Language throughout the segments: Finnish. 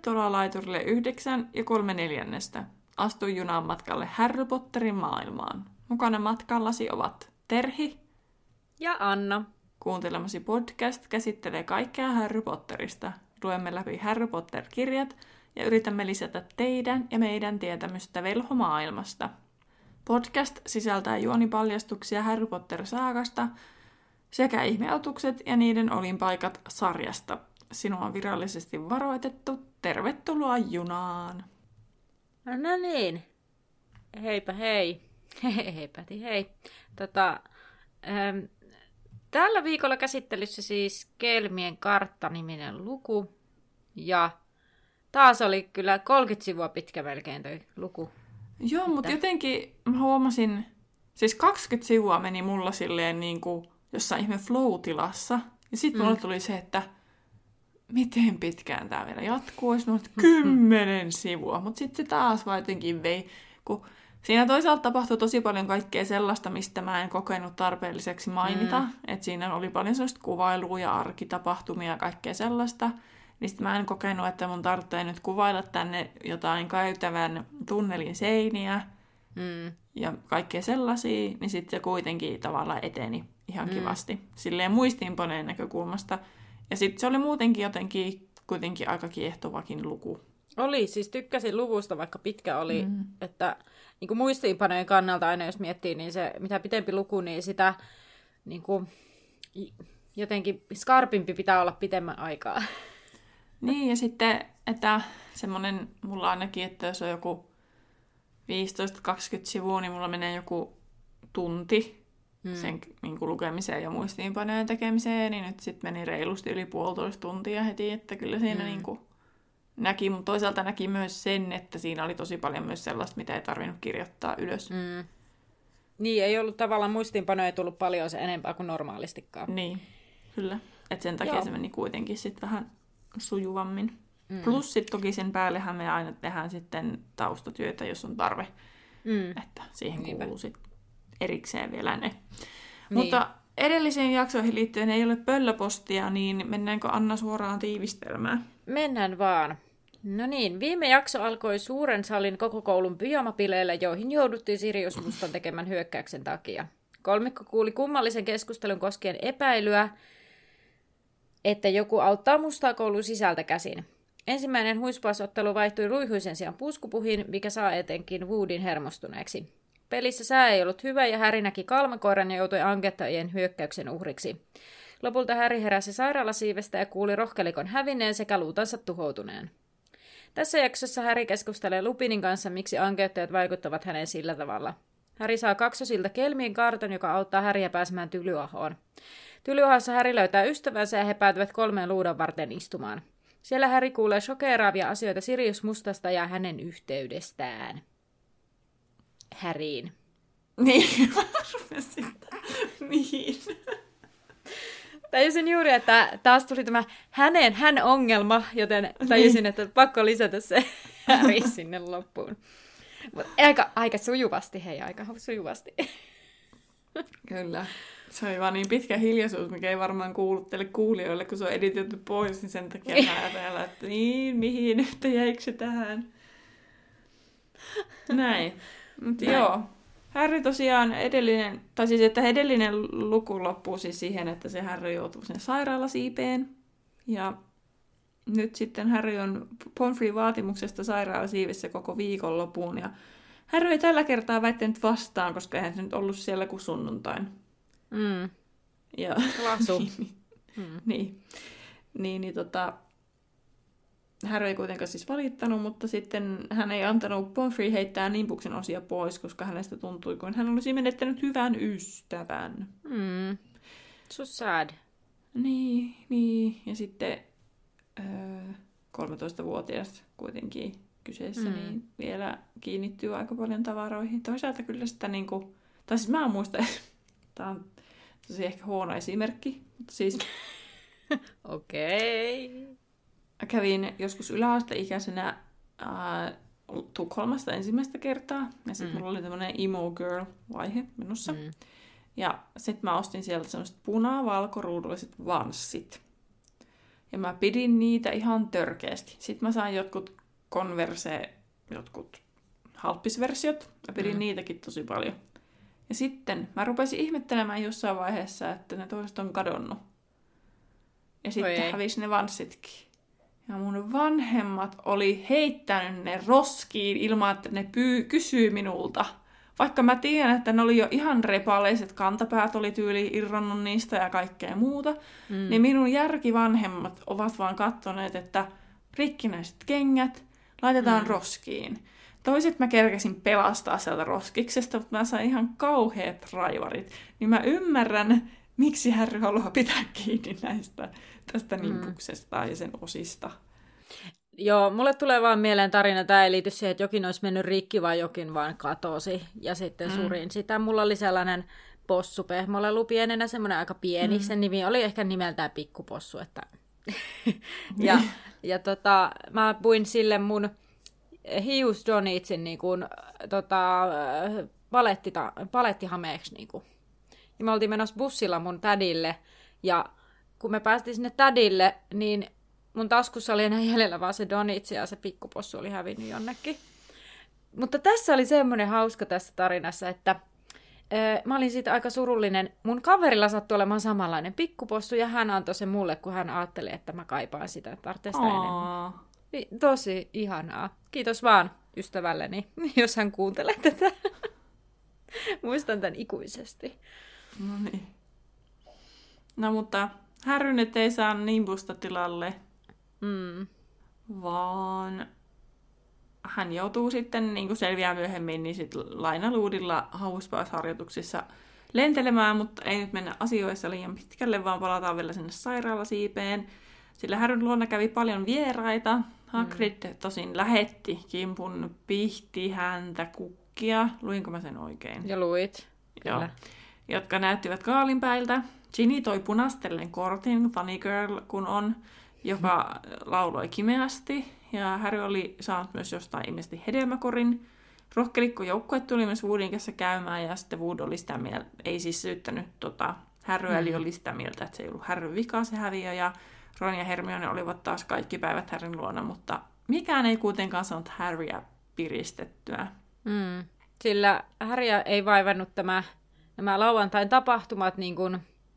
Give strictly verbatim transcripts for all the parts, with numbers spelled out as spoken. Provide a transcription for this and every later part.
Tervetuloa laiturille yhdeksän ja kolme neljännestä. Astu junaan matkalle Harry Potterin maailmaan. Mukana matkallasi ovat Terhi ja Anna. Kuuntelemasi podcast käsittelee kaikkea Harry Potterista. Luemme läpi Harry Potter-kirjat ja yritämme lisätä teidän ja meidän tietämystä velhomaailmasta. Podcast sisältää juonipaljastuksia Harry Potter-saagasta sekä ihmeotukset ja niiden olinpaikat sarjasta. Sinua on virallisesti varoitettu. Tervetuloa junaan! No niin. Heipä hei. Heipäti hei. Tota, ähm, tällä viikolla käsittelyssä siis Kelmien kartta-niminen luku. Ja taas oli kyllä kolmekymmentä sivua pitkä melkein toi luku. Joo, mutta jotenkin mä huomasin, siis kaksikymmentä sivua meni mulla silleen niin kuin jossain ihme flow-tilassa. Ja sitten mm. mulle tuli se, että miten pitkään tämä vielä jatkuu, olisi noin kymmenen sivua. Mutta sitten se taas vaan jotenkin vei, kun siinä toisaalta tapahtui tosi paljon kaikkea sellaista, mistä mä en kokenut tarpeelliseksi mainita. Mm. Että siinä oli paljon sellaista kuvailua ja arkitapahtumia ja kaikkea sellaista. Niin sitten mä en kokenut, että mun tarvitsee nyt kuvailla tänne jotain käytävän tunnelin seiniä mm. ja kaikkea sellaisia. Niin sitten se kuitenkin tavallaan eteni ihan mm. kivasti. Silleen muistiinpaneen näkökulmasta. Ja sitten se oli muutenkin jotenkin kuitenkin aika kiehtovakin luku. Oli, siis tykkäsin luvusta, vaikka pitkä oli, mm. että niin kuin muistiinpanojen kannalta aina jos miettii, niin se mitä pitempi luku, niin sitä niin kuin, jotenkin skarpimpi pitää olla pitemmän aikaa. Niin, ja sitten, että semmoinen, mulla ainakin, että jos on joku viisitoista kaksikymmentä sivua, niin mulla menee joku tunti mm. sen niin kuin lukemiseen ja muistiinpanojen tekemiseen, niin nyt sitten meni reilusti yli puolitoista tuntia heti, että kyllä siinä mm. niin kuin näki, mutta toisaalta näki myös sen, että siinä oli tosi paljon myös sellaista, mitä ei tarvinnut kirjoittaa ylös. Mm. Niin, ei ollut tavallaan muistiinpanoja, ei tullut paljon se enempää kuin normaalistikaan. Niin, kyllä. Että sen takia Joo. se meni kuitenkin sitten vähän sujuvammin. Mm. Plus sitten toki sen päällehän me aina tehdään sitten taustatyötä, jos on tarve. Mm. Että siihen Niinpä. kuuluu sitten erikseen vielä ne. Niin. Mutta edellisiin jaksoihin liittyen ei ole pöllöpostia, niin mennäänkö Anna suoraan tiivistelmään? Mennään vaan. No niin, viime jakso alkoi suuren salin koko koulun pyjamapileillä, joihin jouduttiin Sirius Mustan tekemän hyökkäyksen takia. Kolmikko kuuli kummallisen keskustelun koskien epäilyä, että joku auttaa Mustaa koulun sisältä käsin. Ensimmäinen huispausottelu vaihtui ruihuisen sijaan puskupuhin, mikä saa etenkin Woodin hermostuneeksi. Pelissä sää ei ollut hyvä ja Harry näki kalmakoiran ja joutui ankettajien hyökkäyksen uhriksi. Lopulta Harry heräsi sairaalasiivestä ja kuuli rohkelikon hävinneen sekä luutansa tuhoutuneen. Tässä jaksossa Harry keskustelee Lupinin kanssa, miksi ankettajat vaikuttavat häneen sillä tavalla. Harry saa kaksosilta Kelmien kartan, joka auttaa Harryä pääsemään Tylyahoon. Tylyahossa Harry löytää ystävänsä ja he päätyvät kolmeen luudan varten istumaan. Siellä Harry kuulee shokeeraavia asioita Sirius Mustasta ja hänen yhteydestään Harryin. Niin, mä rupesin. Niin. Tajusin juuri, että taas tuli tämä hänen hän-ongelma, joten tajusin, että pakko lisätä se Harry sinne loppuun. Mutta aika, aika sujuvasti, hei, aika sujuvasti. Kyllä. Se oli vaan niin pitkä hiljaisuus, mikä ei varmaan kuulu teille kuulijoille, kun se on editoitu pois, niin sen takia mä ajatellaan, että niin, mihin, että jäikö se tähän? Näin. Mutta joo. Harry tosiaan edellinen, tai siis että edellinen luku loppuu siis siihen, että se Harry joutuu sinne sairaalasiipeen. Ja nyt sitten Harry on Pomfrey vaatimuksesta sairaalasiivessä koko viikonloppuun. Ja Harry ei tällä kertaa väittänyt vastaan, koska eihän se nyt ollut siellä kuin sunnuntain. Mm. Ja, Lasu. niin, mm. niin, niin, niin tota, Harry ei kuitenkaan siis valittanut, mutta sitten hän ei antanut Pomfrey heittää Nimbuksen osia pois, koska hänestä tuntui, kuin hän olisi menettänyt hyvän ystävän. Mm. So sad. Niin, niin. Ja sitten öö, kolmetoistavuotias kuitenkin kyseessä, mm. niin vielä kiinnittyy aika paljon tavaroihin. Toisaalta kyllä sitä niinku, tai siis mä muistan, tämä on tosi ehkä huono esimerkki, mutta siis okei. Okay. Kävin joskus yläasteikäisenä äh, Tukholmasta ensimmäistä kertaa. Ja sitten mm. mulla oli tämmönen emo girl-vaihe menossa. Mm. Ja sitten mä ostin sieltä semmoiset punaa-valkoruudulliset vanssit. Ja mä pidin niitä ihan törkeästi. Sitten mä sain jotkut Converse, jotkut halppisversiot. Mä pidin mm. niitäkin tosi paljon. Ja sitten mä rupesin ihmettelemään jossain vaiheessa, että ne toiset on kadonnut. Ja sitten hävisi ne vanssitkin. Ja mun vanhemmat oli heittänyt ne roskiin ilman, että ne pyy- kysyy minulta. Vaikka mä tiedän, että ne oli jo ihan repaleiset, kantapäät oli tyyli irronnut niistä ja kaikkea muuta, mm. niin minun järkivanhemmat ovat vaan katsoneet, että rikkinäiset kengät laitetaan mm. roskiin. Toiset mä kerkesin pelastaa sieltä roskiksesta, mutta mä sain ihan kauheat raivarit. Niin mä ymmärrän, miksi Harry haluaa pitää kiinni näistä, tästä mm. nimpuksesta ja sen osista. Joo, mulle tulee vaan mieleen tarina, tämä ei liity siihen, että jokin olisi mennyt rikki, vaan jokin vaan katosi ja sitten mm. surin sitä. Mulla oli sellainen possupehmolle lupienenä, semmoinen aika pieni. Mm. Sen nimi oli ehkä nimeltään Pikkupossu. Että... ja ja tota, mä puin sille mun hius Donitsin niin kuin, tota, palettita, palettihameeksi. Niin kuin. Ja me oltiin menossa bussilla mun tädille ja kun me päästiin sinne tädille, niin mun taskussa oli enää jäljellä vaan se Donitsi ja se pikkupossu oli hävinnyt jonnekin. Mutta tässä oli semmoinen hauska tässä tarinassa, että ö, mä olin siitä aika surullinen. Mun kaverilla sattui olemaan samanlainen pikkupossu ja hän antoi sen mulle, kun hän ajatteli, että mä kaipaan sitä, tarvitsee sitä enemmän. Tosi ihanaa. Kiitos vaan ystävälleni, jos hän kuuntelee tätä. Muistan tämän ikuisesti. No niin. No mutta Harry nyt ei saa nimpusta tilalle. Mm. Vaan hän joutuu sitten, niin kuin selviää myöhemmin, niin sit lainaluudilla hauspausharjoituksissa lentelemään, mutta ei nyt mennä asioissa liian pitkälle, vaan palataan vielä sinne sairaalasiipeen. Sillä Harryn luona kävi paljon vieraita. Hagrid mm. tosin lähetti kimpun pihti häntä kukkia. Luinko mä sen oikein? Ja luit. Joo. Kyllä. Jotka näyttivät kaalinpäiltä. Ginny toi punastellen kortin, Funny Girl kun on, joka lauloi kimeästi. Ja Harry oli saanut myös jostain ilmeisesti hedelmäkorin. Rohkelikko joukkue tuli myös Woodin kanssa käymään, ja sitten Wood oli sitä mieltä, ei siis syyttänyt tota, Harryä, mm. eli oli sitä mieltä, että se ei ollut Harryn vika se häviö, ja Ron ja Hermione olivat taas kaikki päivät Harryn luona, mutta mikään ei kuitenkaan saanut Harryä piristettyä. Mm. Sillä Harryä ei vaivannut tämä, nämä lauantain tapahtumat, niin kuin,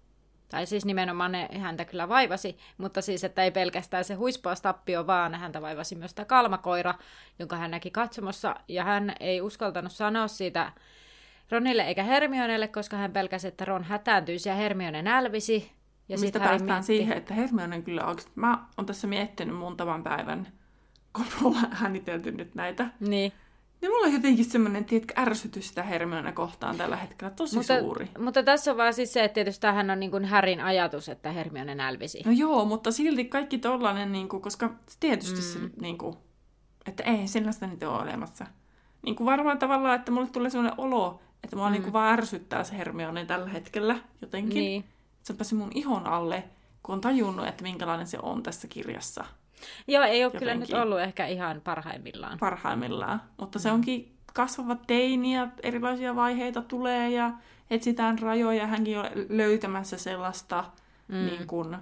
tai siis nimenomaan ne häntä kyllä vaivasi, mutta siis, että ei pelkästään se huispaustappio, vaan häntä vaivasi myös tämä kalmakoira, jonka hän näki katsomossa, ja hän ei uskaltanut sanoa siitä Ronille eikä Hermionelle, koska hän pelkäsi, että Ron hätääntyisi ja Hermione nälvisi. Ja mistä päästään mietti... siihen, että Hermione kyllä oikeasti... Mä oon tässä miettinyt muutaman päivän, kun ollaan äänitelty nyt näitä. Niin. Ja mulla on jotenkin semmoinen, tiedätkö, ärsytys sitä Hermione kohtaan tällä hetkellä tosi mutta, suuri. Mutta tässä on vaan siis se, että tietysti tämähän on niin kuin Harryn ajatus, että Hermione nälvisi. No joo, mutta silti kaikki tollainen, niin kuin, koska tietysti mm. se, niin kuin, että ei sellaista niitä ole olemassa. Niin kuin varmaan tavallaan, että mulle tulee semmoinen olo, että mua mm. niin kuin vaan ärsyttää se Hermione tällä hetkellä jotenkin. Niin. Se on päässyt mun ihon alle, kun on tajunnut, että minkälainen se on tässä kirjassa. Joo, ei ole jotenkin. Kyllä nyt ollut ehkä ihan parhaimmillaan. Parhaimmillaan, mutta mm. se onkin kasvava teini ja erilaisia vaiheita tulee ja etsitään rajoja. Hänkin on löytämässä sellaista mm. niin kuin,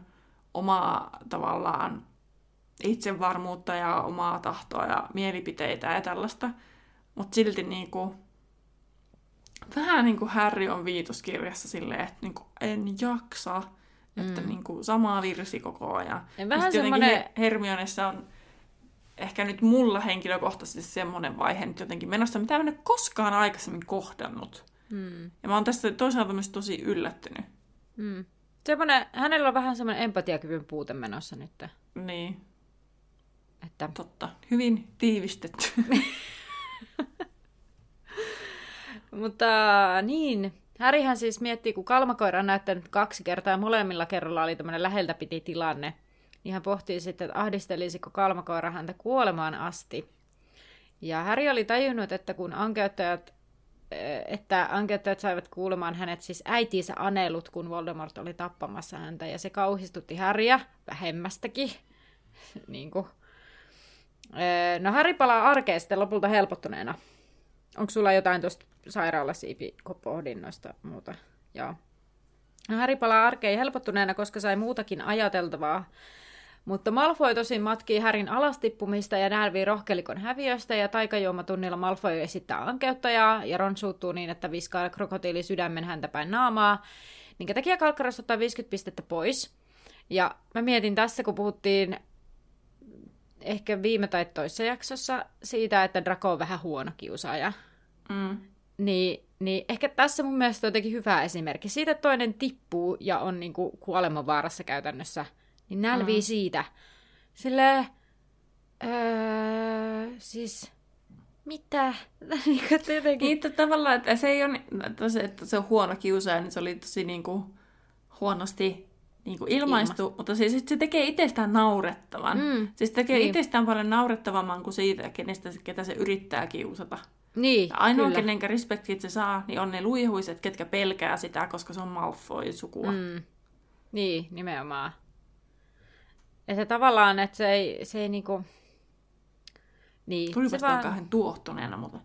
omaa tavallaan itsevarmuutta ja omaa tahtoa ja mielipiteitä ja tällaista. Mutta silti niin kuin, vähän niin kuin Harry on viitoskirjassa silleen, että niin kuin, en jaksa. Mm. Että niin kuin, samaa virsi koko ajan. Ja vähän semmoinen... Hermionessa on ehkä nyt mulla henkilökohtaisesti semmoinen vaihe nyt jotenkin menossa, mitä en ole koskaan aikaisemmin kohdannut. Mm. Ja mä oon tästä toisaalta myös tosi yllättynyt. Mm. Semmoinen, hänellä on vähän semmoinen empatiakyvyn puute menossa nyt. Niin. Että... Totta. Hyvin tiivistetty. Mutta niin, Harryhän siis miettii, kun kalmakoira on näyttänyt kaksi kertaa ja molemmilla kerralla oli tämmöinen läheltä piti tilanne, niin hän pohtii sitten, että ahdistelisiko kalmakoira häntä kuolemaan asti. Ja Harry oli tajunnut, että kun ankeuttajat, että ankeuttajat saivat kuulemaan hänet siis äitiinsä anelut, kun Voldemort oli tappamassa häntä, ja se kauhistutti Harryä vähemmästäkin. niin kuin. No Harry palaa arkeen sitten lopulta helpottuneena. Onko sulla jotain tuosta sairaalasiipipohdinnoista muuta? Joo. No, Harry palaa arkeen helpottuneena, koska sai muutakin ajateltavaa. Mutta Malfoy tosin matkii Harryn alastippumista ja nälvii rohkelikon häviöstä, ja taikajuomatunnilla Malfoy esittää ankeuttajaa, ja Ron suuttuu niin, että viskaa krokotiili sydämen häntä päin naamaa, minkä takia Kalkkaros ottaa viisikymmentä pistettä pois. Ja mä mietin tässä, kun puhuttiin ehkä viime tai toisessa jaksossa siitä, että Draco on vähän huono kiusaaja, Mm. niin, niin ehkä tässä mun mielestä on jotenkin hyvä esimerkki. Siitä, että toinen tippuu ja on niin kuin kuolemanvaarassa käytännössä, niin nälvii mm. siitä. Silleen, öö, siis, mitä? Jotenkin... Niin, tavallaan, että se ei ole, että se, että se on huono kiusaaja, niin se oli tosi niin kuin huonosti niin kuin ilmaistu, Ilmast. mutta siis se tekee itsestään naurettavan. Mm. Siis tekee niin. itsestään paljon naurettavamman kuin siitä, kenestä, ketä se yrittää kiusata. Niin, ja ainoa, kyllä. kenenkä respektit se saa, niin on ne luihuiset, ketkä pelkää sitä, koska se on Malfoy-sukua. Mm. Niin, nimenomaan. Että tavallaan, että se ei, se ei niinku... Niin, Tulipas se vaan... kauhean tuohtuneena, mutta...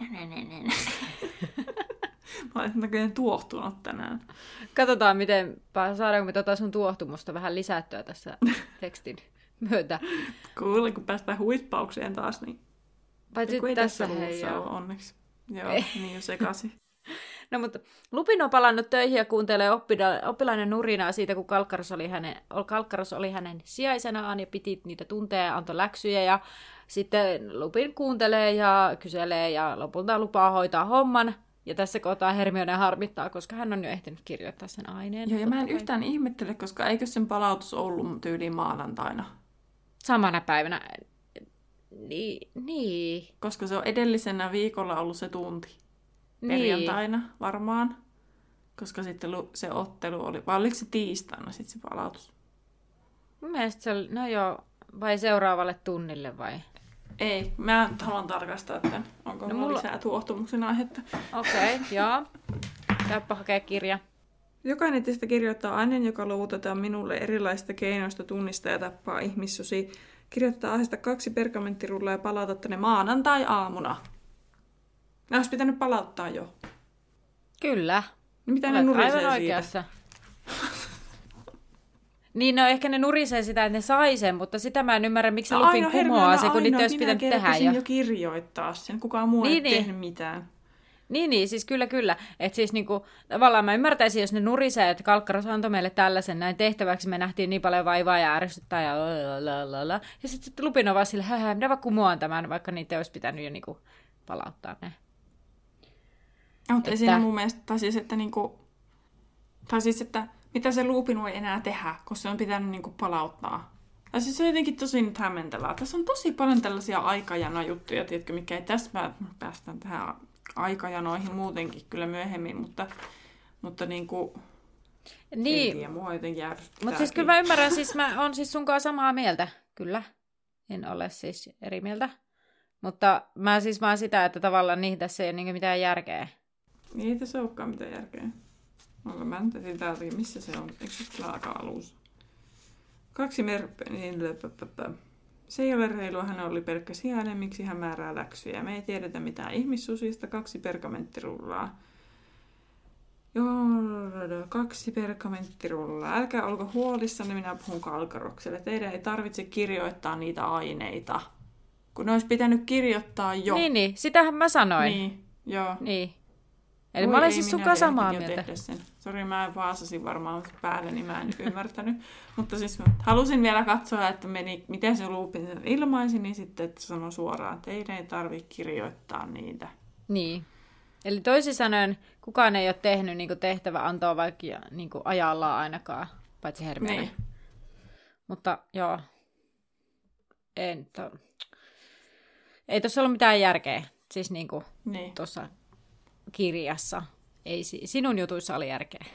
Mä olen näköjään tuohtunut tänään. Katsotaan, miten saadaanko me tota sun tuohtumusta vähän lisättyä tässä tekstin myötä. Kuule, kun päästään huippaukseen taas, niin... Paitsi ei tässä tässä hei, joo. onneksi. Joo, ei. Niin jo sekaisin. No mutta Lupin on palannut töihin ja kuuntelee oppila- oppilainen nurinaa siitä, kun Kalkkaros oli, hänen, Kalkkaros oli hänen sijaisenaan ja piti niitä tunteja ja antoi läksyjä. Ja sitten Lupin kuuntelee ja kyselee ja lopulta lupaa hoitaa homman. Ja tässä kohtaa Hermione harmittaa, koska hän on jo ehtinyt kirjoittaa sen aineen. Joo, ja mä en yhtään ihmettele, koska eikö sen palautus ollut tyyliin maanantaina? Samana päivänä. Niin, niin. Koska se on edellisenä viikolla ollut se tunti. Niin. Perjantaina varmaan. Koska sitten se ottelu oli, vai oliko se tiistaina sitten se palautus? Mun mielestä se oli, no joo, vai seuraavalle tunnille vai? Ei, mä haluan tarkastaa tämän. Onko no, mulla lisää tuohtumuksen aihetta? Okei, okay, joo. Käyppä hakea kirja. Jokainen teistä kirjoittaa aineen, joka luovutetaan minulle erilaisista keinoista tunnistaa ja tappaa ihmissusi. Kirjoittaa aiheesta kaksi pergamenttirullaa ja palauta tänne maanantai-aamuna. Ne olisi pitänyt palauttaa jo. Kyllä. No, mitä ne nurisee aivan siitä? Oikeassa. Niin, no ehkä ne nurisee sitä, että ne sai sen, mutta sitä mä en ymmärrä, miksi se no, Lupin kumoaa se, kun niitä olisi pitänyt tehdä. Jo. jo kirjoittaa sen. Kukaan muu niin, ei niin. tehnyt mitään. Niin, niin, siis kyllä, kyllä. Että siis niinku, tavallaan mä ymmärtäisin, jos ne nurisee, että Kalkkaros antoi meille tällaisen näin tehtäväksi, me nähtiin niin paljon vaivaa ja ärsyttää ja lalalala. Ja sitten sit Lupin on vaan sille, hä, minä vaan kumoan tämän, vaikka niitä olisi pitänyt jo niinku palauttaa ne. Mutta että... ei siinä mun mielestä, tai siis, että niinku, tai siis, että mitä se Lupin voi enää tehdä, koska se on pitänyt niinku palauttaa. Ja siis se on jotenkin tosi nyt hämmentävää. Tässä on tosi paljon tällaisia aikajana-juttuja, tiedätkö, mikä ei tästä päästään tähän aikajanoihin muutenkin kyllä myöhemmin, mutta, mutta niin kuin, niin. en tiedä, mua jotenkin järsyttää. Mutta siis kyllä mä ymmärrän, siis mä oon siis sunkaan samaa mieltä, kyllä. En ole siis eri mieltä. Mutta mä siis vaan sitä, että tavallaan niihin tässä ei ole niin mitään järkeä. Niin ei tässä olekaan mitään järkeä. Onko mä nyt etin täältäkin, missä se on? Eikö se ole aika alussa? Kaksi merppöä, niin se ei ole reilua, hän oli pelkkä sijainen, miksi hän määrää läksyjä. Me ei tiedetä mitään ihmissusista, kaksi pergamenttirullaa. Joo, kaksi pergamenttirullaa. Älkää olko huolissanne, minä puhun Kalkkarokselle. Teidän ei tarvitse kirjoittaa niitä aineita. Kun ne olisi pitänyt kirjoittaa jo. Niin, niin. Sitähän mä sanoin. Niin, joo. Niin. Eli Voi mä olen siis sunkaan samaa mieltä. Sori, mä vaasasin varmaan päälle, niin mä en ymmärtänyt. Mutta siis halusin vielä katsoa, että meni, miten se Lupin sen ilmaisi, niin sitten että sanoi suoraan, että teidän ei tarvitse kirjoittaa niitä. Niin. Eli toisin sanoen, kukaan ei ole tehnyt niin tehtävä antoa vaikka niin ajallaan ainakaan, paitsi Hermione. Niin. Mutta joo, en to... ei tuossa ollut mitään järkeä, siis niin kuin niin. Tuossa kirjassa. Ei, sinun jutuissa oli järkeä.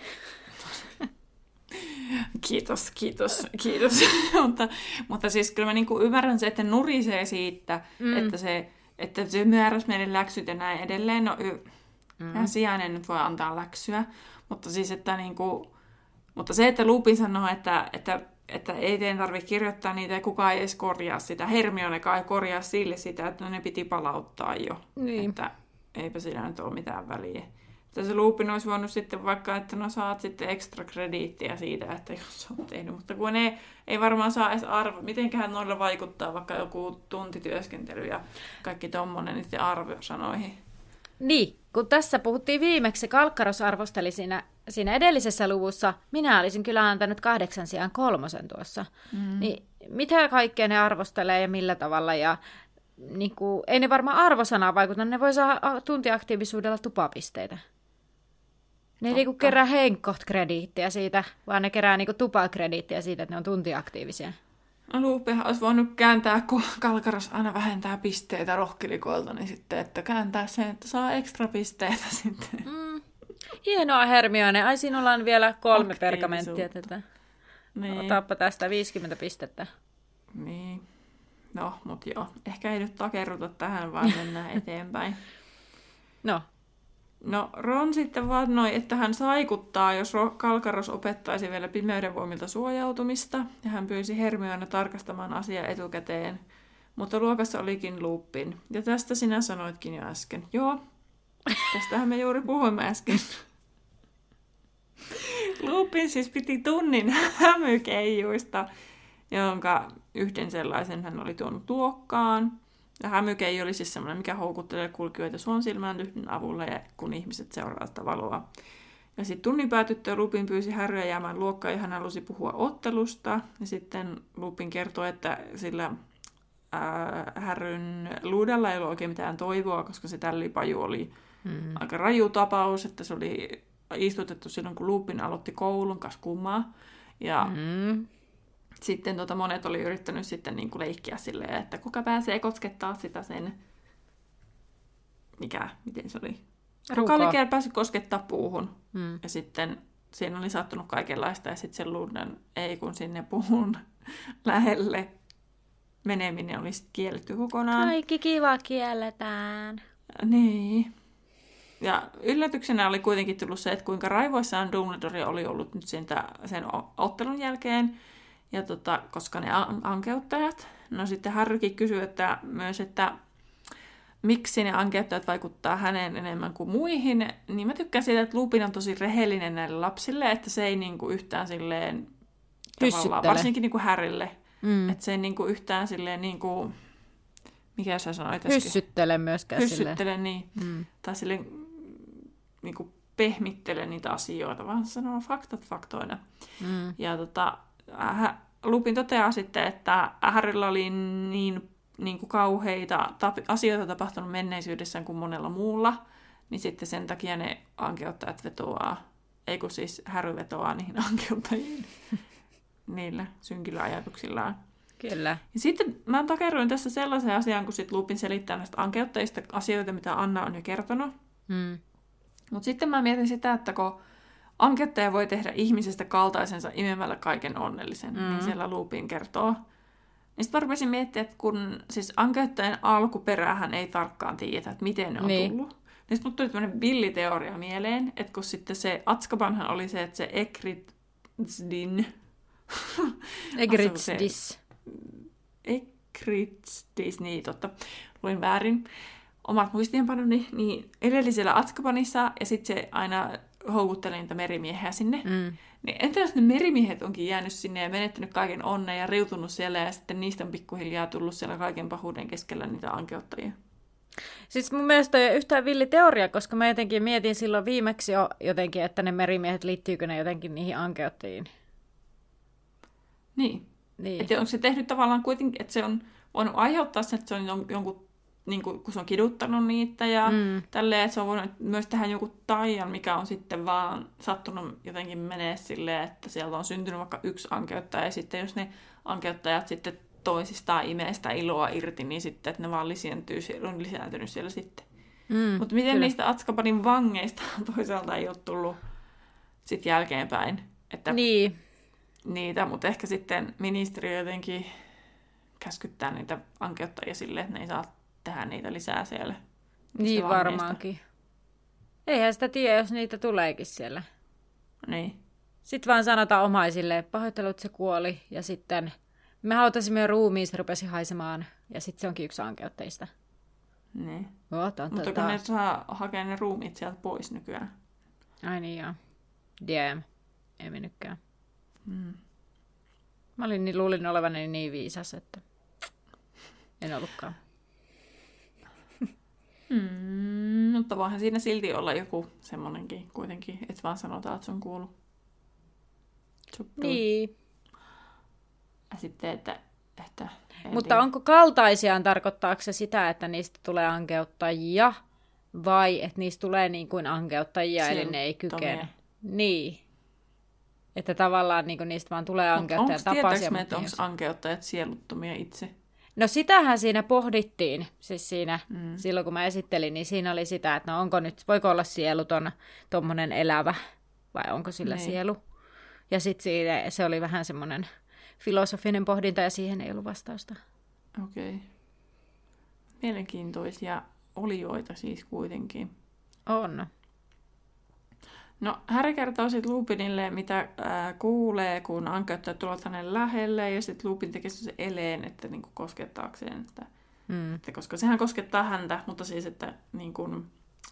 Kiitos, kiitos, kiitos. mutta, mutta siis kyllä mä niinku ymmärrän se, että nurisee siitä, mm. että se, että se määräsi meille läksyt ja näin edelleen. No, mm. sijainen nyt voi antaa läksyä, mutta siis, että niinku, mutta se, että Lupin sanoo, että, että, että ei teidän tarvitse kirjoittaa niitä ja kukaan ei edes korjaa sitä. Hermionekaan ei korjaa sille sitä, että ne piti palauttaa jo. Niin. Että eipä sillä nyt ole mitään väliä. se Lupin olisi voinut sitten vaikka, että no saat sitten ekstra krediittiä siitä, että jos olet tehnyt, mutta kun ei, ei varmaan saa edes arvo, mitenköhän noilla vaikuttaa vaikka joku tuntityöskentely ja kaikki tommonen niiden arvosanoihin. Niin, kun tässä puhuttiin viimeksi, Kalkkaros arvosteli siinä, siinä edellisessä luvussa, minä olisin kyllä antanut kahdeksan sijaan kolmosen tuossa. Mm. Niin mitä kaikkea ne arvostelee ja millä tavalla, ja niin kuin, ei ne varmaan arvosanaa vaikuta, ne voi saada tuntiaktiivisuudella tupapisteitä. Ne ei niinku kerää henkkoht krediittiä siitä, vaan ne kerää niinku tupakrediittiä siitä, että ne on tuntiaktiivisia. No Luupihan olisi voinut kääntää, kun Kalkaros aina vähentää pisteitä rohkilikoilta, niin sitten, että kääntää sen, että saa ekstra pisteitä sitten. Mm. Hienoa Hermione. Ai sinulla on vielä kolme pergamenttia tätä. Niin. Otappa tästä viisikymmentä pistettä. Niin. No, mut joo. Ehkä ei nyt takerruta tähän, vaan mennään eteenpäin. No. No Ron sitten vannoi, että hän saikuttaa, jos Kalkaros opettaisi vielä pimeyden voimilta suojautumista, ja hän pyysi Hermione tarkastamaan asiaa etukäteen. Mutta luokassa olikin Lupin. Ja tästä sinä sanoitkin jo äsken. Joo, tästähän me juuri puhuimme äsken. Lupin siis piti tunnin hämykeijuista, jonka yhden sellaisen hän oli tuonut luokkaan. Ja hämykei oli siis semmoinen, mikä houkuttelee kulkijoita suon silmään lyhdyn avulla, ja kun ihmiset seuraavat sitä valoa. Ja sitten tunnin päätyttyä Lupin pyysi Harryä jäämään luokkaan, ja hän halusi puhua ottelusta. Ja sitten Lupin kertoi, että sillä ää, Harryn luudalla ei ollut oikein mitään toivoa, koska se tällipaju oli mm. aika raju tapaus, että se oli istutettu silloin, kun Lupin aloitti koulun, kas kummaa. Ja mm. sitten tota, monet oli yrittänyt sitten niin kuin leikkiä silleen, että kuka pääsee koskettaa sitä sen, mikä, miten se oli? Kuka oli kerran päässyt koskettaa puuhun. Mm. Ja sitten siinä oli sattunut kaikenlaista, ja sitten se Lunden ei kun sinne puun lähelle meneminen oli sitten kielletty kokonaan. Kaikki kiva kielletään. Niin. Ja yllätyksenä oli kuitenkin tullut se, että kuinka raivoissaan Dumbledore oli ollut nyt sen, sen ottelun jälkeen, ja tota, koska ne ankeuttajat. No sitten Harrykin kysyi että myös, että miksi ne ankeuttajat vaikuttaa häneen enemmän kuin muihin. Niin mä tykkään siitä, että Lupin on tosi rehellinen näille lapsille, että se ei niinku yhtään silleen, tavallaan, varsinkin niinku Harrylle, mm. että se ei niinku yhtään silleen, niinku, mikä sä sanoit äsken? Hyssyttele myöskään Hyssyttele, silleen. Niin. Mm. Tai silleen niinku pehmittele niitä asioita, vaan sanoo faktat faktoina. Mm. Ja tota, Lupin toteaa sitten, että Harrylla oli niin, niin kuin kauheita tap- asioita tapahtunut menneisyydessään kuin monella muulla, niin sitten sen takia ne ankeuttajat vetoaa, ei kun siis Harry vetoaa niihin ankeuttajiin niillä synkillä ajatuksillaan. Kyllä. Ja sitten mä takerruin tässä sellaisen asian, kun sit Lupin selittää näistä ankeuttajista asioita, mitä Anna on jo kertonut. Mm. Mutta sitten mä mietin sitä, että kun ankeuttaja voi tehdä ihmisestä kaltaisensa imemällä kaiken onnellisen, mm. niin siellä Lupin kertoo. Niin sitten varmaisin miettiä, että kun siis ankeuttajan alkuperähän ei tarkkaan tiedetä, että miten ne on niin. tullut. Niin sitten mut tuli tämmöinen villiteoria mieleen, että kun sitten se Azkabanhan oli se, että se Ekrizdin... Ekrizdis. Ekrizdis, niin totta. Luin väärin. Omat muistiinpanoni, niin edellisellä Azkabanissa, ja sitten se aina houkutteli niitä merimiehiä sinne. Mm. Niin entä jos ne merimiehet onkin jäänyt sinne ja menettänyt kaiken onnen ja riutunut siellä, ja sitten niistä on pikkuhiljaa tullut siellä kaiken pahuuden keskellä niitä ankeuttajia? Siis mun mielestä ei ole yhtään villi teoria, koska mä jotenkin mietin silloin viimeksi jo jotenkin, että ne merimiehet liittyykö ne jotenkin niihin ankeuttajiin. Niin. niin. Että onko se tehnyt tavallaan kuitenkin, että se on voinut aiheuttaa sen, että se on jonkun niin kuin, kun se on kiduttanut niitä ja mm. tälleen, että se on voinut myös tehdä jonkun taian, mikä on sitten vaan sattunut jotenkin menee silleen, että sieltä on syntynyt vaikka yksi ankeuttaja, ja sitten jos ne ankeuttajat sitten toisistaan imee sitä iloa irti, niin sitten, että ne vaan lisääntyy, on lisääntynyt siellä sitten. Mm, Mutta miten kyllä. niistä Azkabanin vangeista toisaalta ei ole tullut sitten jälkeenpäin? Että niin. Niitä, mutta ehkä sitten ministeriö jotenkin käskyttää niitä ankeuttajia silleen, että ne ei saa tehdä niitä lisää siellä. Niin varmaankin. Eihän sitä tiedä, jos niitä tuleekin siellä. Niin. Sitten vaan sanotaan omaisille, pahoittelut se kuoli, ja sitten me hautasimme ruumiin, se rupesi haisemaan, ja sitten se onkin yksi ankeuttajista. Niin. Ootan Mutta tota... kun ne saa hakea ne ruumiit sieltä pois nykyään. Ai niin joo. Damn. Ei mennytkään. Mm. Mä olin, niin, luulin olevani niin viisas, että en ollutkaan. Mm, mutta voihan siinä silti olla joku semmonenkin kuitenkin, että vaan sanotaan, että se on kuullut. Niin. Ja sitten, että... että mutta tiedä. onko kaltaisiaan, tarkoittaako se sitä, että niistä tulee ankeuttajia, vai että niistä tulee niin kuin ankeuttajia, eli ne ei kykene? Niin. Että tavallaan niin kuin niistä vaan tulee ankeuttajia tapaisia. Tietääkö me, että onko ankeuttajat sieluttomia itse? No sitähän siinä pohdittiin, siis siinä, mm. silloin kun mä esittelin, niin siinä oli sitä, että no onko nyt, voiko olla sieluton tommonen elävä, vai onko sillä niin. sielu? Ja sitten siinä se oli vähän semmoinen filosofinen pohdinta, ja siihen ei ollut vastausta. Okei. Okay. Mielenkiintoisia olioita siis kuitenkin. On. No, Harry kertoo sitten Lupinille, mitä ää, kuulee, kun ankeuttajat tulevat hänen lähelle, ja sitten Lupin tekee se eleen, että niinku koskettaakseen, että, mm. että koska sehän koskettaa häntä, mutta siis, että niin kuin...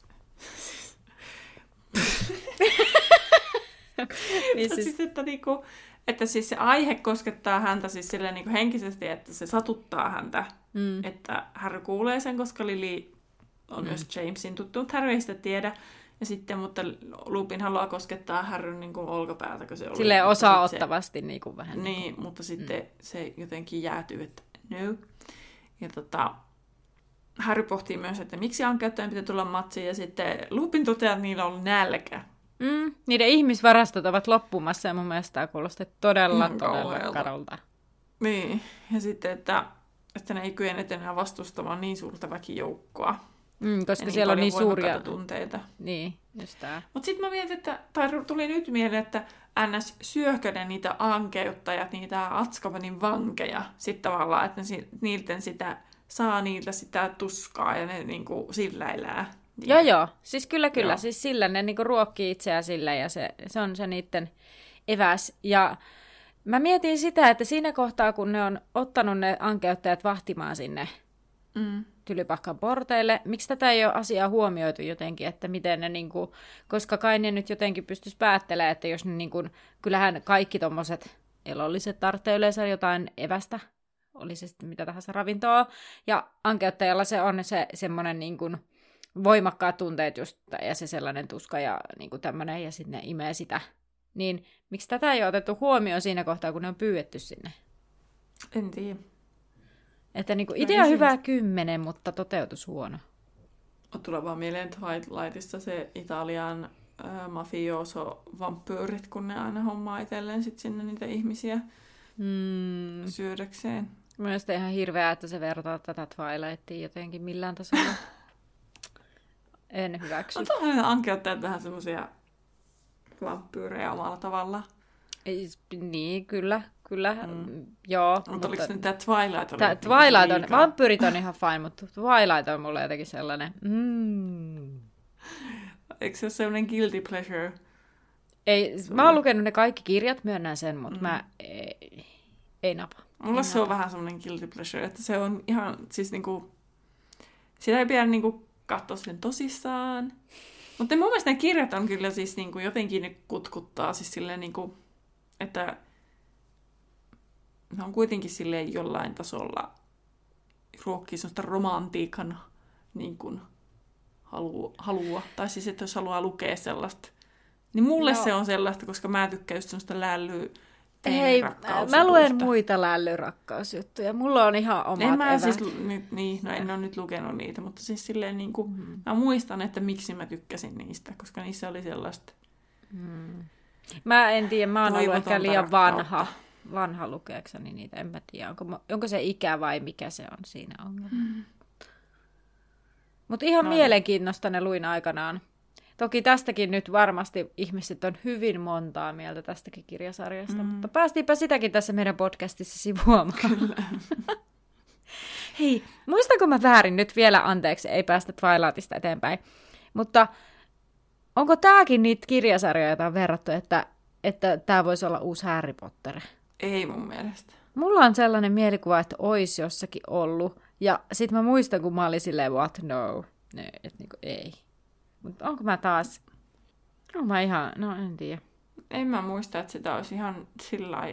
niin siis... siis, että, niinku, että siis se aihe koskettaa häntä siis silleen niinku henkisesti, että se satuttaa häntä, mm. että Harry kuulee sen, koska Lily on mm. myös Jamesin tuttu, mutta Harry ei sitä tiedä. Ja sitten, mutta Lupin haluaa koskettaa Harryn niin kuin olkapäätä, kun se oli... Silleen osa-ottavasti se, niin kuin vähän. Niin, niin kuin. mutta sitten mm. se jotenkin jäätyy, että no. Ja tota, Harry pohtii myös, että miksi ankeuttajien pitää tulla matsiin, ja sitten Lupin toteaa, että niillä on nälkä. Mm, niiden ihmisvarastot ovat loppumassa, ja mun mielestä tämä kuulosti todella, mm, todella karulta. Niin, ja sitten, että, että ne ei kykene enää vastustamaan niin suurta väkijoukkoa. Mm, koska niin siellä on niin suuria tunteita. Niin, just tää. Mutta sitten mä mietin, että, tai tuli nyt mieleen, että ns. Syökö ne niitä ankeuttajat, niitä Azkabanin vankeja, sitten tavallaan, että ne niiltä sitä, saa niiltä sitä tuskaa ja ne niinku sillä elää. Niin. Joo, joo. Siis kyllä, kyllä. Joo. Siis sillä ne niinku ruokkii itseään sillä ja se, se on se niiden eväs. Ja mä mietin sitä, että siinä kohtaa, kun ne on ottanut ne ankeuttajat vahtimaan sinne mm. Tylypahkan porteille. Miksi tätä ei ole asiaa huomioitu jotenkin, että miten ne niinku, koska kai ne nyt jotenkin pystyisi päättelemään, että jos ne niinku, kyllähän kaikki tommoset elolliset tarvitsee yleensä jotain evästä, oli se sitten mitä tahansa ravintoa, ja ankeuttajalla se on se semmoinen niinku voimakkaat tunteet just, ja se sellainen tuska ja niinku tämmöinen, ja sitten ne imee sitä. Niin miksi tätä ei ole otettu huomioon siinä kohtaa, kun ne on pyydetty sinne? En tiedä. Että niinku idea on hyvä kymmenen, mutta toteutus huono. Tulee vaan mieleen Twilightissa se Italian äh, mafioso-vampyyrit, kun ne aina hommaa itselleen sit sinne niitä ihmisiä mm. syödäkseen. Mielestäni ihan hirveää, että se vertaa tätä Twilightiin jotenkin millään tasolla. En hyväksy. On toinen ankeuttajat vähän semmoisia vampyyrejä omalla tavallaan. Ei, niin, kyllä, kyllä, mm. joo. Mutta, mutta oliko nyt tämä Twilight? Tää, Twilight on, vampyyrit on ihan fine, mutta Twilight on mulle jotenkin sellainen. Mm. Eikö se ole sellainen guilty pleasure? Ei, mä oon lukenut ne kaikki kirjat, myönnän sen, mutta mm. mä ei, ei napa. Mulla ei se napa. on vähän sellainen guilty pleasure, että se on ihan, siis niinku, sitä ei pidä niinku katsoa sen tosissaan. Mutta mun mielestä ne kirjat on kyllä siis niinku, jotenkin ne kutkuttaa siis silleen niinku, että ne on kuitenkin silleen jollain tasolla ruokkii sellaista romantiikan niin kuin halua, halua. Tai siis, että jos haluaa lukea sellaista. Niin mulle no. se on sellaista, koska mä tykkään just sellaista lällyä. Hei, mä luen muita lällyrakkausjuttuja. Mulla on ihan omat en mä evät. Siis, niin, no en ole nyt lukenut niitä, mutta siis silleen niin kuin, mm. mä muistan, että miksi mä tykkäsin niistä, koska niissä oli sellaista. Mm. Mä en tiedä, mä oon ollut ehkä liian vanha, vanha lukeakseni niitä, en mä tiedä, onko, onko se ikä vai mikä se on siinä ongelma. Mm. Mutta ihan no, mielenkiinnosta ne luin aikanaan. Toki tästäkin nyt varmasti ihmiset on hyvin montaa mieltä tästäkin kirjasarjasta, mm. mutta päästiinpä sitäkin tässä meidän podcastissa sivuamaan. Hei, muistanko mä väärin nyt vielä, anteeksi, ei päästä Twilightista eteenpäin, mutta onko tääkin niitä kirjasarjoja, joita on verrattu, että että tää voisi olla uusi Harry Potter? Ei mun mielestä. Mulla on sellainen mielikuva, että olisi jossakin ollut, Ja sit mä muistan, kun mä olin silleen, what, no, ne, et niinku ei. Mutta onko mä taas, onko mä ihan, no en tiedä. En mä muista, että sitä olisi ihan sillä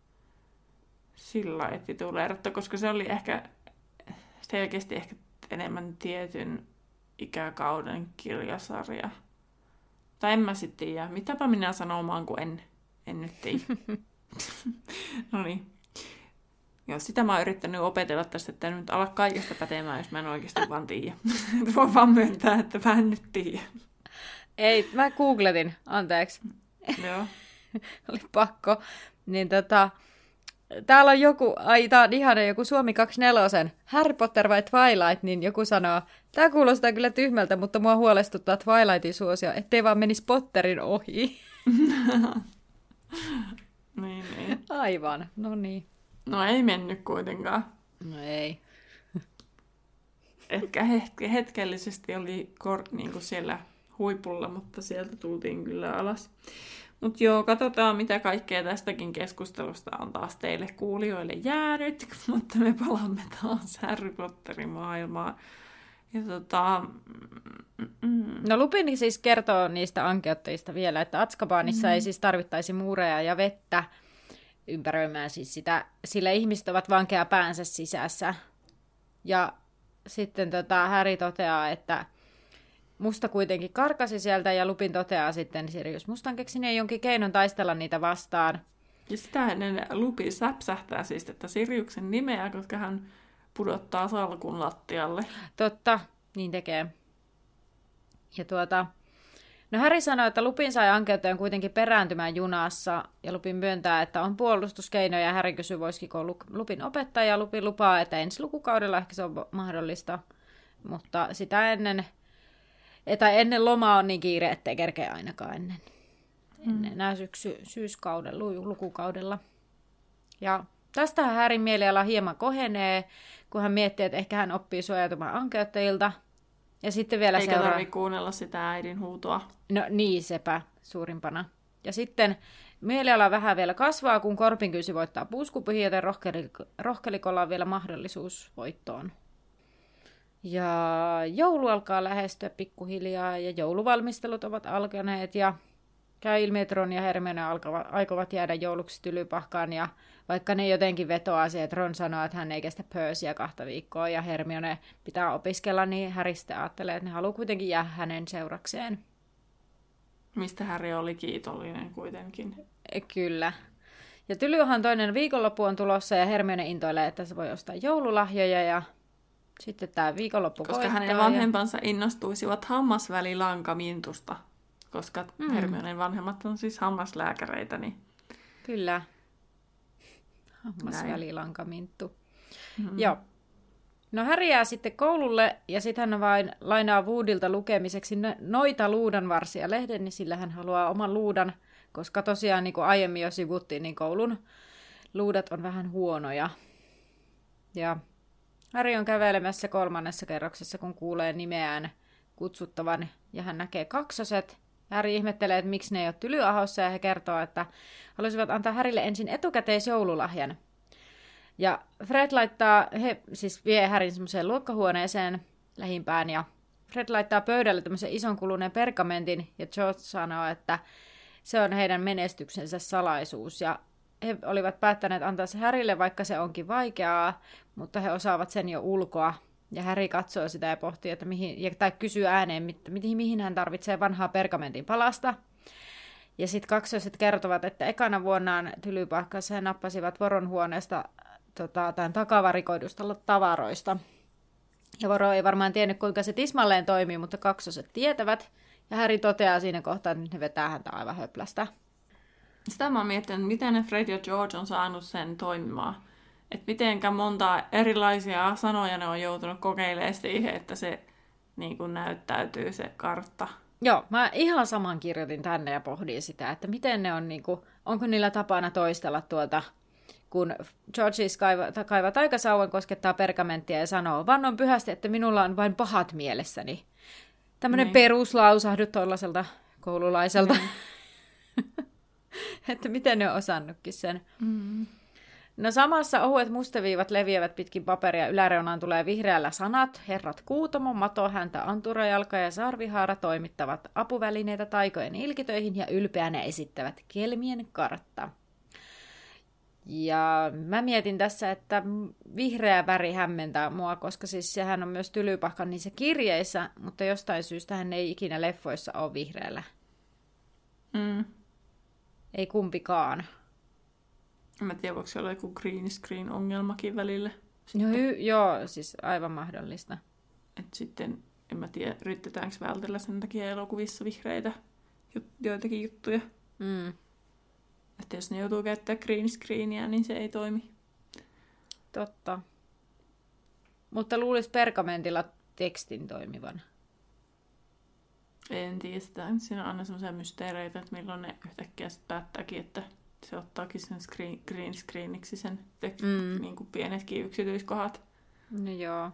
sillä tituleerattu, koska se oli ehkä selkeästi ehkä enemmän tietyn ikäkauden kirjasarja. Tai en mä sitten tiedä. Mitäpä minä sanomaan, kun en, en nyt tiedä. No niin. Joo, sitä mä oon yrittänyt opetella tästä, että nyt ala kaikesta pätemään, jos mä en oikeasti vaan tiedä. Voi vaan myöntää, että mä en nyt tiedä. Ei, mä googletin, anteeksi. Joo. Oli pakko. Niin tota, täällä on joku, ai tää on ihana, joku Suomi kaksikymmentäneljä, Harry Potter vai Twilight, niin joku sanoo, tää kuulostaa kyllä tyhmältä, mutta mua huolestuttaa Twilightin suosio, ettei vaan menisi Potterin ohi. Niin, niin. Aivan, no niin. No ei mennyt kuitenkaan. No ei. Ehkä hetke, hetkellisesti oli kor, niin kuin siellä huipulla, mutta sieltä tultiin kyllä alas. Mutta joo, katsotaan mitä kaikkea tästäkin keskustelusta on taas teille kuulijoille jäänyt, mutta me palaamme taas Harry Potterin maailmaan. Ja tota... Mm, no Lupin siis kertoo niistä ankeuttajista vielä, että Azkabanissa mm. ei siis tarvittaisi muureja ja vettä ympäröimään siis sitä, sillä ihmiset ovat vankeja päänsä sisässä. Ja sitten tota, Harry toteaa, että Musta kuitenkin karkasi sieltä ja Lupin toteaa sitten Sirius Mustan keksineen jonkin keinon taistella niitä vastaan. Ja sitä ennen Lupi säpsähtää siis, että Siriuksen nimeä, koska hän pudottaa salkun lattialle. Totta, niin tekee. Ja tuota, no Harry sanoi, että Lupin sai ankeuttajan kuitenkin perääntymään junassa, ja Lupin myöntää, että on puolustuskeinoja, ja Harry kysyy, voisiko Lupin opettaa, ja Lupin lupaa, että ensi lukukaudella ehkä se on mahdollista, mutta sitä ennen, tai ennen lomaa on niin kiire, ettei kerkeä ainakaan ennen, mm. ennen enää syksy, syyskauden, lukukaudella. Ja tästähän Harryn mieliala hieman kohenee, kun hän miettii, että ehkä hän oppii suojautumaan ankeuttajilta. Ja sitten vielä Eikä seuraa... tarvitse kuunnella sitä äidin huutoa. No niin, sepä suurimpana. Ja sitten mieliala vähän vielä kasvaa, kun Korpinkyysi voittaa puuskupyhiin, joten rohkelik- rohkelikolla on vielä mahdollisuus voittoon. Ja joulu alkaa lähestyä pikkuhiljaa, ja jouluvalmistelut ovat alkaneet, ja käy ilmi, että Ron ja Hermione alkavat, aikovat jäädä jouluksi Tylypahkaan, ja vaikka ne jotenkin vetoaa siihen, että Ron sanoo, että hän ei kestä Percyä kahta viikkoa, ja Hermione pitää opiskella, niin Harry sitten ajattelee, että ne haluaa kuitenkin jäädä hänen seurakseen. Mistä Harry oli kiitollinen kuitenkin. Kyllä. Ja Tylyhan toinen viikonloppu on tulossa, ja Hermione intoilee, että se voi ostaa joululahjoja, ja sitten tämä viikonloppu koska koittaa. Koska hänen vanhempansa ja... innostuisivat hammasvälilankamintusta, koska mm. Hermionen vanhemmat on siis hammaslääkäreitä. Niin... Kyllä. Hammasvälilankaminttu. Mm-hmm. Joo. No Harry jää sitten koululle, ja sitten hän vain lainaa Woodilta lukemiseksi noita luudanvarsia lehden, niin sillä hän haluaa oman luudan, koska tosiaan niin kuin aiemmin jo sivuttiin, niin koulun luudat on vähän huonoja. Ja Harry on kävelemässä kolmannessa kerroksessa, kun kuulee nimeään kutsuttavan, ja hän näkee kaksoset. Harry ihmettelee, että miksi ne ei ole Tylyahossa, ja he kertoo, että haluaisivat antaa Harrylle ensin etukäteisjoululahjan. Ja Fred laittaa, he siis vie Harryn semmoiseen luokkahuoneeseen lähimpään, ja Fred laittaa pöydälle tämmöisen ison kuluneen pergamentin, ja George sanoo, että se on heidän menestyksensä salaisuus, ja he olivat päättäneet antaa se Harrylle, vaikka se onkin vaikeaa, mutta he osaavat sen jo ulkoa. Ja Harry katsoo sitä ja pohtii, että mihin, tai kysyy ääneen, mihin, mihin hän tarvitsee vanhaa pergamentin palasta. Ja sitten kaksoiset kertovat, että ekana vuonnaan Tylypahkassa he nappasivat Voron huoneesta tota, tämän takavarikoidusta tavaroista. Ja Voro ei varmaan tiennyt, kuinka se tismalleen toimii, mutta kaksoset tietävät. Ja Harry toteaa siinä kohtaa, että nyt ne vetää häntä aivan höplästä. Sitä mä oon miettinyt, miten ne Fred ja George on saanut sen toimimaan. Että mitenkä monta erilaisia sanoja ne on joutunut kokeilemaan siihen, että se niin kuin näyttäytyy se kartta. Joo, mä ihan saman kirjoitin tänne ja pohdin sitä, että miten ne on, niin kuin, onko niillä tapana toistella tuolta, kun George kaiva, kaiva taikasauvan, koskettaa pergamenttia ja sanoo, vannon pyhästi, että minulla on vain pahat mielessäni. Tämmöinen niin. Peruslausahdut tuollaiselta koululaiselta. Niin. Että miten ne on osannutkin sen. Mm. No samassa ohuet mustaviivat leviävät pitkin paperia. Yläreunaan tulee vihreällä sanat. Herrat Kuutomo, Mato, Häntä, Anturajalka ja Sarvihaara toimittavat apuvälineitä taikojen ilkitöihin ja ylpeänä esittävät Kelmien kartta. Ja mä mietin tässä, että vihreä väri hämmentää mua, koska siis sehän on myös Tylypahkan niissä kirjeissä, mutta jostain syystä hän ei ikinä leffoissa ole vihreällä. Mm. Ei kumpikaan. En mä tiedä, voiko siellä olla joku green screen ongelmakin välillä. No, hy- joo, siis aivan mahdollista. Et sitten, en mä tiedä, yritetäänkö vältellä sen takia elokuvissa vihreitä jut- joitakin juttuja. Mm. Että jos ne joutuu käyttämään green screeniä, niin se ei toimi. Totta. Mutta luulisi pergamentilla tekstin toimivan. En tiedä sitä. Siinä on aina sellaisia mysteereitä, että milloin ne yhtäkkiä sitten päättääkin, että se ottaakin sen screen, green screeniksi sen tek- Mm. niin kuin pienetkin yksityiskohdat. No joo.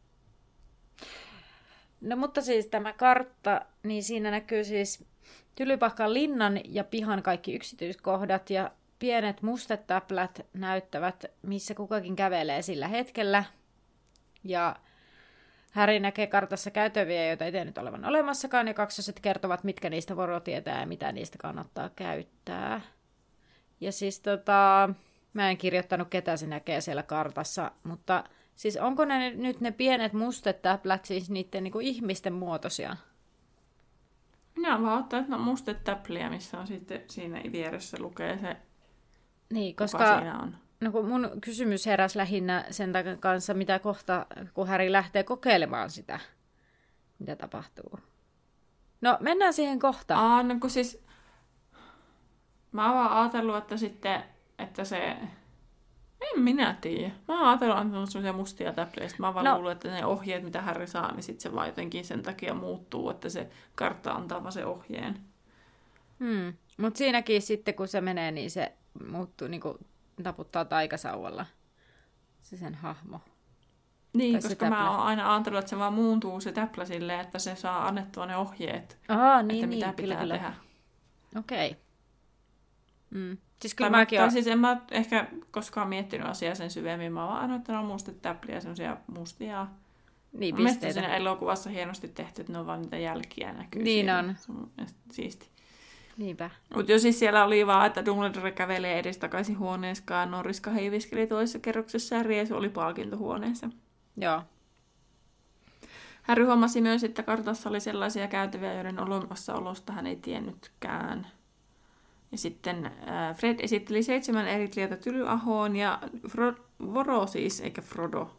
No mutta siis tämä kartta, niin siinä näkyy siis Tylypahkan linnan ja pihan kaikki yksityiskohdat ja pienet mustetäplät näyttävät, missä kukakin kävelee sillä hetkellä. Ja Harry näkee kartassa käytäviä, joita ei tiennyt olevan olemassakaan, ja kaksoset kertovat, mitkä niistä Voro tietää ja mitä niistä kannattaa käyttää. Ja siis tota, mä en kirjoittanut, ketä se näkee siellä kartassa, mutta siis onko ne nyt ne pienet mustetäplät siis niiden niinku ihmisten muotoisia? Minä olen vaan ottanut no mustetäpliä, missä on sitten siinä vieressä lukee se, Niin, kuka koska siinä on. no kun mun kysymys heräsi lähinnä sen takia kanssa, mitä kohta, kun Harry lähtee kokeilemaan sitä, mitä tapahtuu. No, mennään siihen kohtaan. Aa, no kun siis... Mä oon vaan ajatellut, että sitten, että se... En minä tiedä. Mä oon ajatellut, että on sellaisia mustia täpliä. Mä oon vaan No. luullut, että ne ohjeet, mitä Harry saa, niin sitten se vaan jotenkin sen takia muuttuu, että se kartta antaa vaan se ohjeen. Hmm. Mutta siinäkin sitten, kun se menee, niin se muuttuu, niin kuin taputtaa taikasauvalla se sen hahmo. Niin, Tai se koska mä täplä. oon aina ajatellut, että se vaan muuntuu se täplä silleen, että se saa annettua ne ohjeet, Aa, niin, että niin, mitä kyllä, pitää kyllä. tehdä. Okei. Okay. Mm. Siis Tai, kyllä mä, mäkin tai olen... siis en mä ehkä koskaan miettinyt asiaa sen syvemmin. Mä oon vaan annoittanut on mustetäpliä, semmosia mustia. Niin, Mun mielestä pisteitä. siinä elokuvassa hienosti tehty, että ne on vaan niitä jälkiä näkyy. Niin siellä. on. Se on mun mielestä siisti. Niinpä. Mutta jo siis siellä oli vaan, että Dumbledore kävelee edestakaisin huoneeskaan. Norriska heiviskeli toisessa kerroksessa ja Riesu oli palkintohuoneessa. Joo. Harry huomasi myös, että kartassa oli sellaisia käytäviä, joiden olemassaolosta hän ei tiennytkään. Ja sitten äh, Fred esitteli seitsemän eri tietä Tylyahoon ja Fro- Voro siis, eikä Frodo.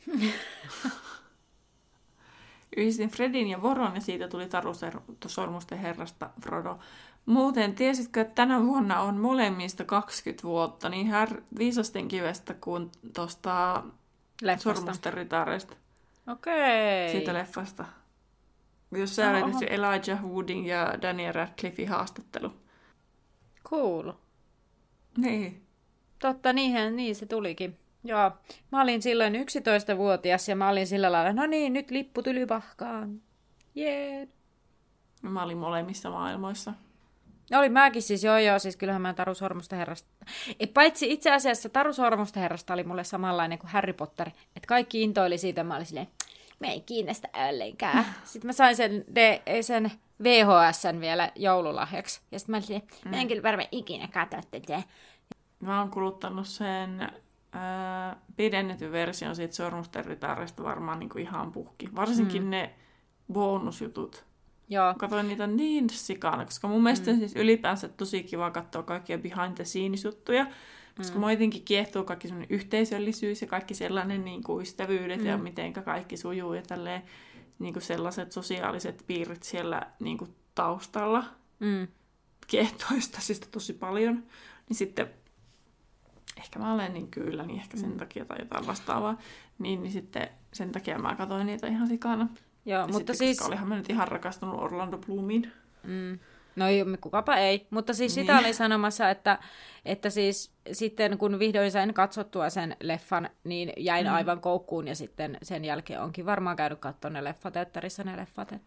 Yhdistin Fredin ja Voron ja siitä tuli Taru Sormusten herrasta Frodo. Muuten, tiesitkö, että tänä vuonna on molemmista kaksikymmentä vuotta, niin Har- Viisasten kivestä kuin tuosta Leffasta. Sormusten ritareista. Okei. Siitä leffasta. Jos sä olet se Elijah Woodin ja Daniel Radcliffein haastattelu. Cool. Niin. Totta, niinhän, niin se tulikin. Joo. Mä olin silloin yksitoistavuotias ja mä olin sillä lailla, no niin, nyt lippu Tylypahkaan. Jee. Yeah. Mä olin molemmissa maailmoissa. Oli mäkin siis, joo joo, siis kyllähän mä Taru Sormusten herrasta. Et paitsi itse asiassa Taru Sormusten herrasta oli mulle samanlainen kuin Harry Potter. Että kaikki intoili siitä, mä olin silleen, mä ei kiinnosta ollenkaan. Sitten mä sain sen, de, sen V H S:n vielä joululahjaksi. Ja sitten mä olin silleen, mä en kyllä varmaan ikinä katso tätä. Mä oon kuluttanut sen ää, pidennetyn version siitä Sormusten ritareista varmaan niin kuin ihan puhki. Varsinkin mm. ne bonusjutut. Joo. Katoin niitä niin sikana, koska mun mielestä mm. siis ylipäänsä tosi kiva katsoa kaikkia behind the scenes juttuja, koska mm. mua jotenkin kiehtoo kaikki semmoinen yhteisöllisyys ja kaikki sellainen niin kuin ystävyydet mm. ja mitenkä kaikki sujuu ja tälleen niin kuin sellaiset sosiaaliset piirret siellä niin kuin taustalla. Mm. Kiehtoo sitä siis tosi paljon. Niin sitten ehkä mä olen niin kyllä, niin ehkä sen mm. takia tai jotain vastaavaa. Niin, niin sitten sen takia mä katsoin niitä ihan sikana. Joo, ja mutta sitten, siis... koska olihan mä nyt ihan rakastunut Orlando Bloomiin. Mm. No ei, kukapa ei. Mutta siis sitä niin. oli sanomassa, että, että siis sitten kun vihdoin sain katsottua sen leffan, niin jäin mm. aivan koukkuun ja sitten sen jälkeen onkin varmaan käynyt katsomaan ne leffateatterissa ne leffat. Että...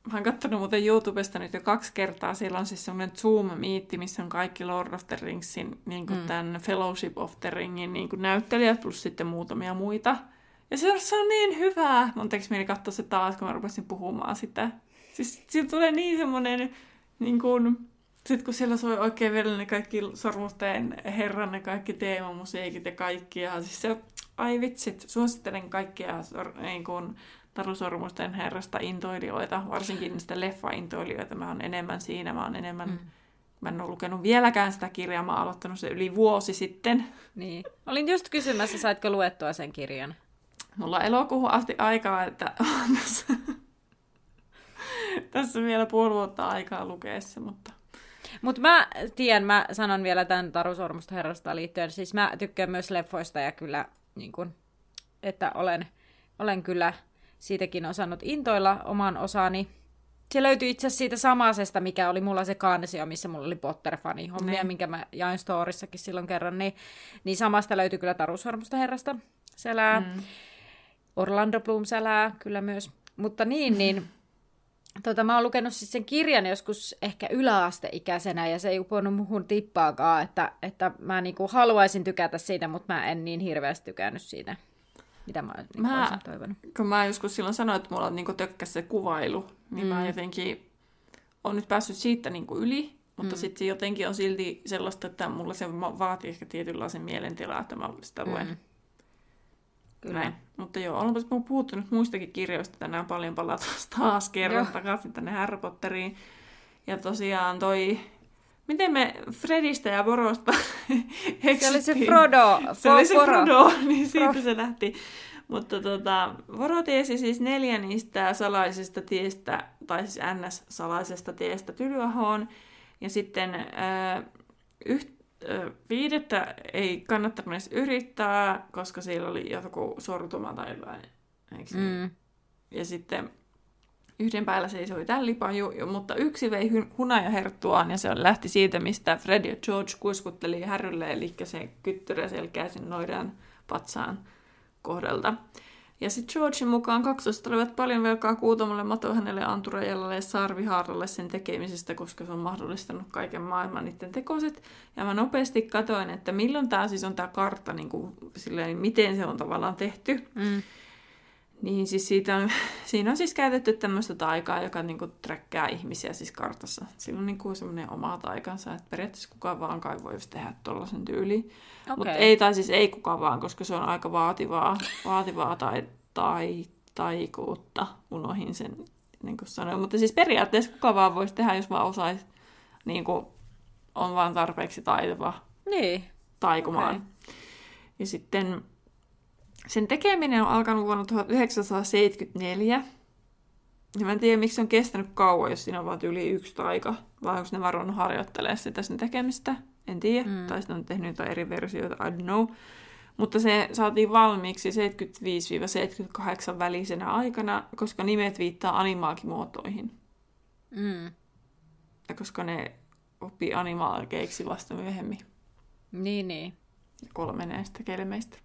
mä oon katsonut muuten YouTubesta nyt jo kaksi kertaa. Siellä on siis semmoinen Zoom-miitti, missä on kaikki Lord of the Ringsin, niin kuin mm. tämän Fellowship of the Ringin niin kuin näyttelijät, plus sitten muutamia muita. Ja se, se on niin hyvää. Mun tekisi mieli katsoa se taas, kun mä rupesin puhumaan sitä. Siis siitä tulee niin semmoinen, niin kuin, sit kun siellä soi oikein vielä ne kaikki Sormusten herran, ne kaikki teemamusiikit ja kaikki. Ja siis se, ai vitsit, suosittelen kaikkia niin kuin Taru Sormusten herrasta intoilijoita, varsinkin sitä leffa-intoilijoita. Mä oon enemmän siinä, mä oon enemmän... Mm. Mä en ole lukenut vieläkään sitä kirjaa, mä oon aloittanut se yli vuosi sitten. Niin. Olin just kysymässä, saitko luettua sen kirjan? Mulla on elokuuhun asti aikaa, että tässä, tässä vielä puoli vuotta aikaa lukea se, mutta... Mutta mä tiedän, mä sanon vielä tämän Taru Sormusten herrasta liittyen, siis mä tykkään myös leffoista ja kyllä, niin kun, että olen, olen kyllä siitäkin osannut intoilla oman osani. Se löytyi itse asiassa siitä samaisesta, mikä oli mulla se Kaanesio, missä mulla oli Potter-fani-hommia, mm. minkä mä jain storissakin silloin kerran, niin, niin samasta löytyi kyllä Taru Sormusten herrasta sälää. Mm. Orlando Bloom sälää kyllä myös. Mutta niin, niin tota, mä oon lukenut siis sen kirjan joskus ehkä yläasteikäisenä, ja se ei uponnut muhun tippaakaan, että, että mä niinku haluaisin tykätä siitä, mutta mä en niin hirveästi tykännyt siitä, mitä mä, niin mä olisin toivonut. Kun mä joskus silloin sanoin, että mulla niinku tökkäsi se kuvailu, niin mm. mä jotenkin oon nyt päässyt siitä niinku yli, mutta mm. sitten se jotenkin on silti sellaista, että mulla se vaatii ehkä tietynlaisen mielentilaa, että mä sitä luen. Mm. Kyllä. Näin. Mutta joo, olenpas puhuttu nyt muistakin kirjoista tänään paljon, palataan taas kerran takaisin tänne Harry Potteriin. Ja tosiaan toi, miten me Fredistä ja Borosta eksyttiin. Se oli se Frodo. Se oli se Frodo, niin siitä Fro. se lähti. Mutta tota, Boro tiesi siis neljä niistä salaisesta tiestä, tai siis N S-salaisesta tiestä Tylyahoon. Ja sitten äh, yht, viidettä ei kannattanut edes yrittää, koska siellä oli joku sortuma tai jotain. Mm. Ja sitten yhden päällä seisoi tällipaju, mutta yksi vei hunajaherttuaan ja se lähti siitä, mistä Fred ja George kuiskutteli Harrylle, eli se kyttyrä selkää sen noidan patsaan kohdalta. Ja sitten Georgein mukaan kaksoset olivat paljon velkaa Kuutamolle, Matohänelle, Anturajalle ja Sarvihaaralle sen tekemisestä, koska se on mahdollistanut kaiken maailman niiden tekoset. Ja mä nopeasti katsoin, että milloin tämä siis on tämä kartta, niin kuin, silleen, miten se on tavallaan tehty. Mm. Niin siis siitä on, siinä on siis käytetty tämmöistä taikaa, joka niin kuin träkkää ihmisiä siis kartassa. Sillä on niin kuin semmoinen oma taikansa, että periaatteessa kukaan vaan kai voisi tehdä tuollaisen tyyliin. Okay. Mutta ei, tai siis ei kukaan vaan, koska se on aika vaativaa, vaativaa tai, tai taikuutta. Unohin sen, niin kuin sanoin. Mutta siis periaatteessa kukaan vaan voisi tehdä, jos vaan osaisi, niin kuin on vaan tarpeeksi taitava niin. taikumaan. Okay. Ja sitten... Sen tekeminen on alkanut vuonna tuhatyhdeksänsataaseitsemänkymmentäneljä. Ja mä en tiedä, miksi se on kestänyt kauan, jos siinä on vaan yli yksi taika. Vai onko ne varannut harjoittelemaan sitä sen tekemistä? En tiedä. Mm. Tai sitten on tehnyt jotain eri versioita, I don't know. Mutta se saatiin valmiiksi seitsemänkymmentäviisi seitsemänkymmentäkahdeksan välisenä aikana, koska nimet viittaa animaakimuotoihin. Mm. Ja koska ne oppii animaakeiksi vasta myöhemmin. Niin, niin. Kolme näistä kelmeistä.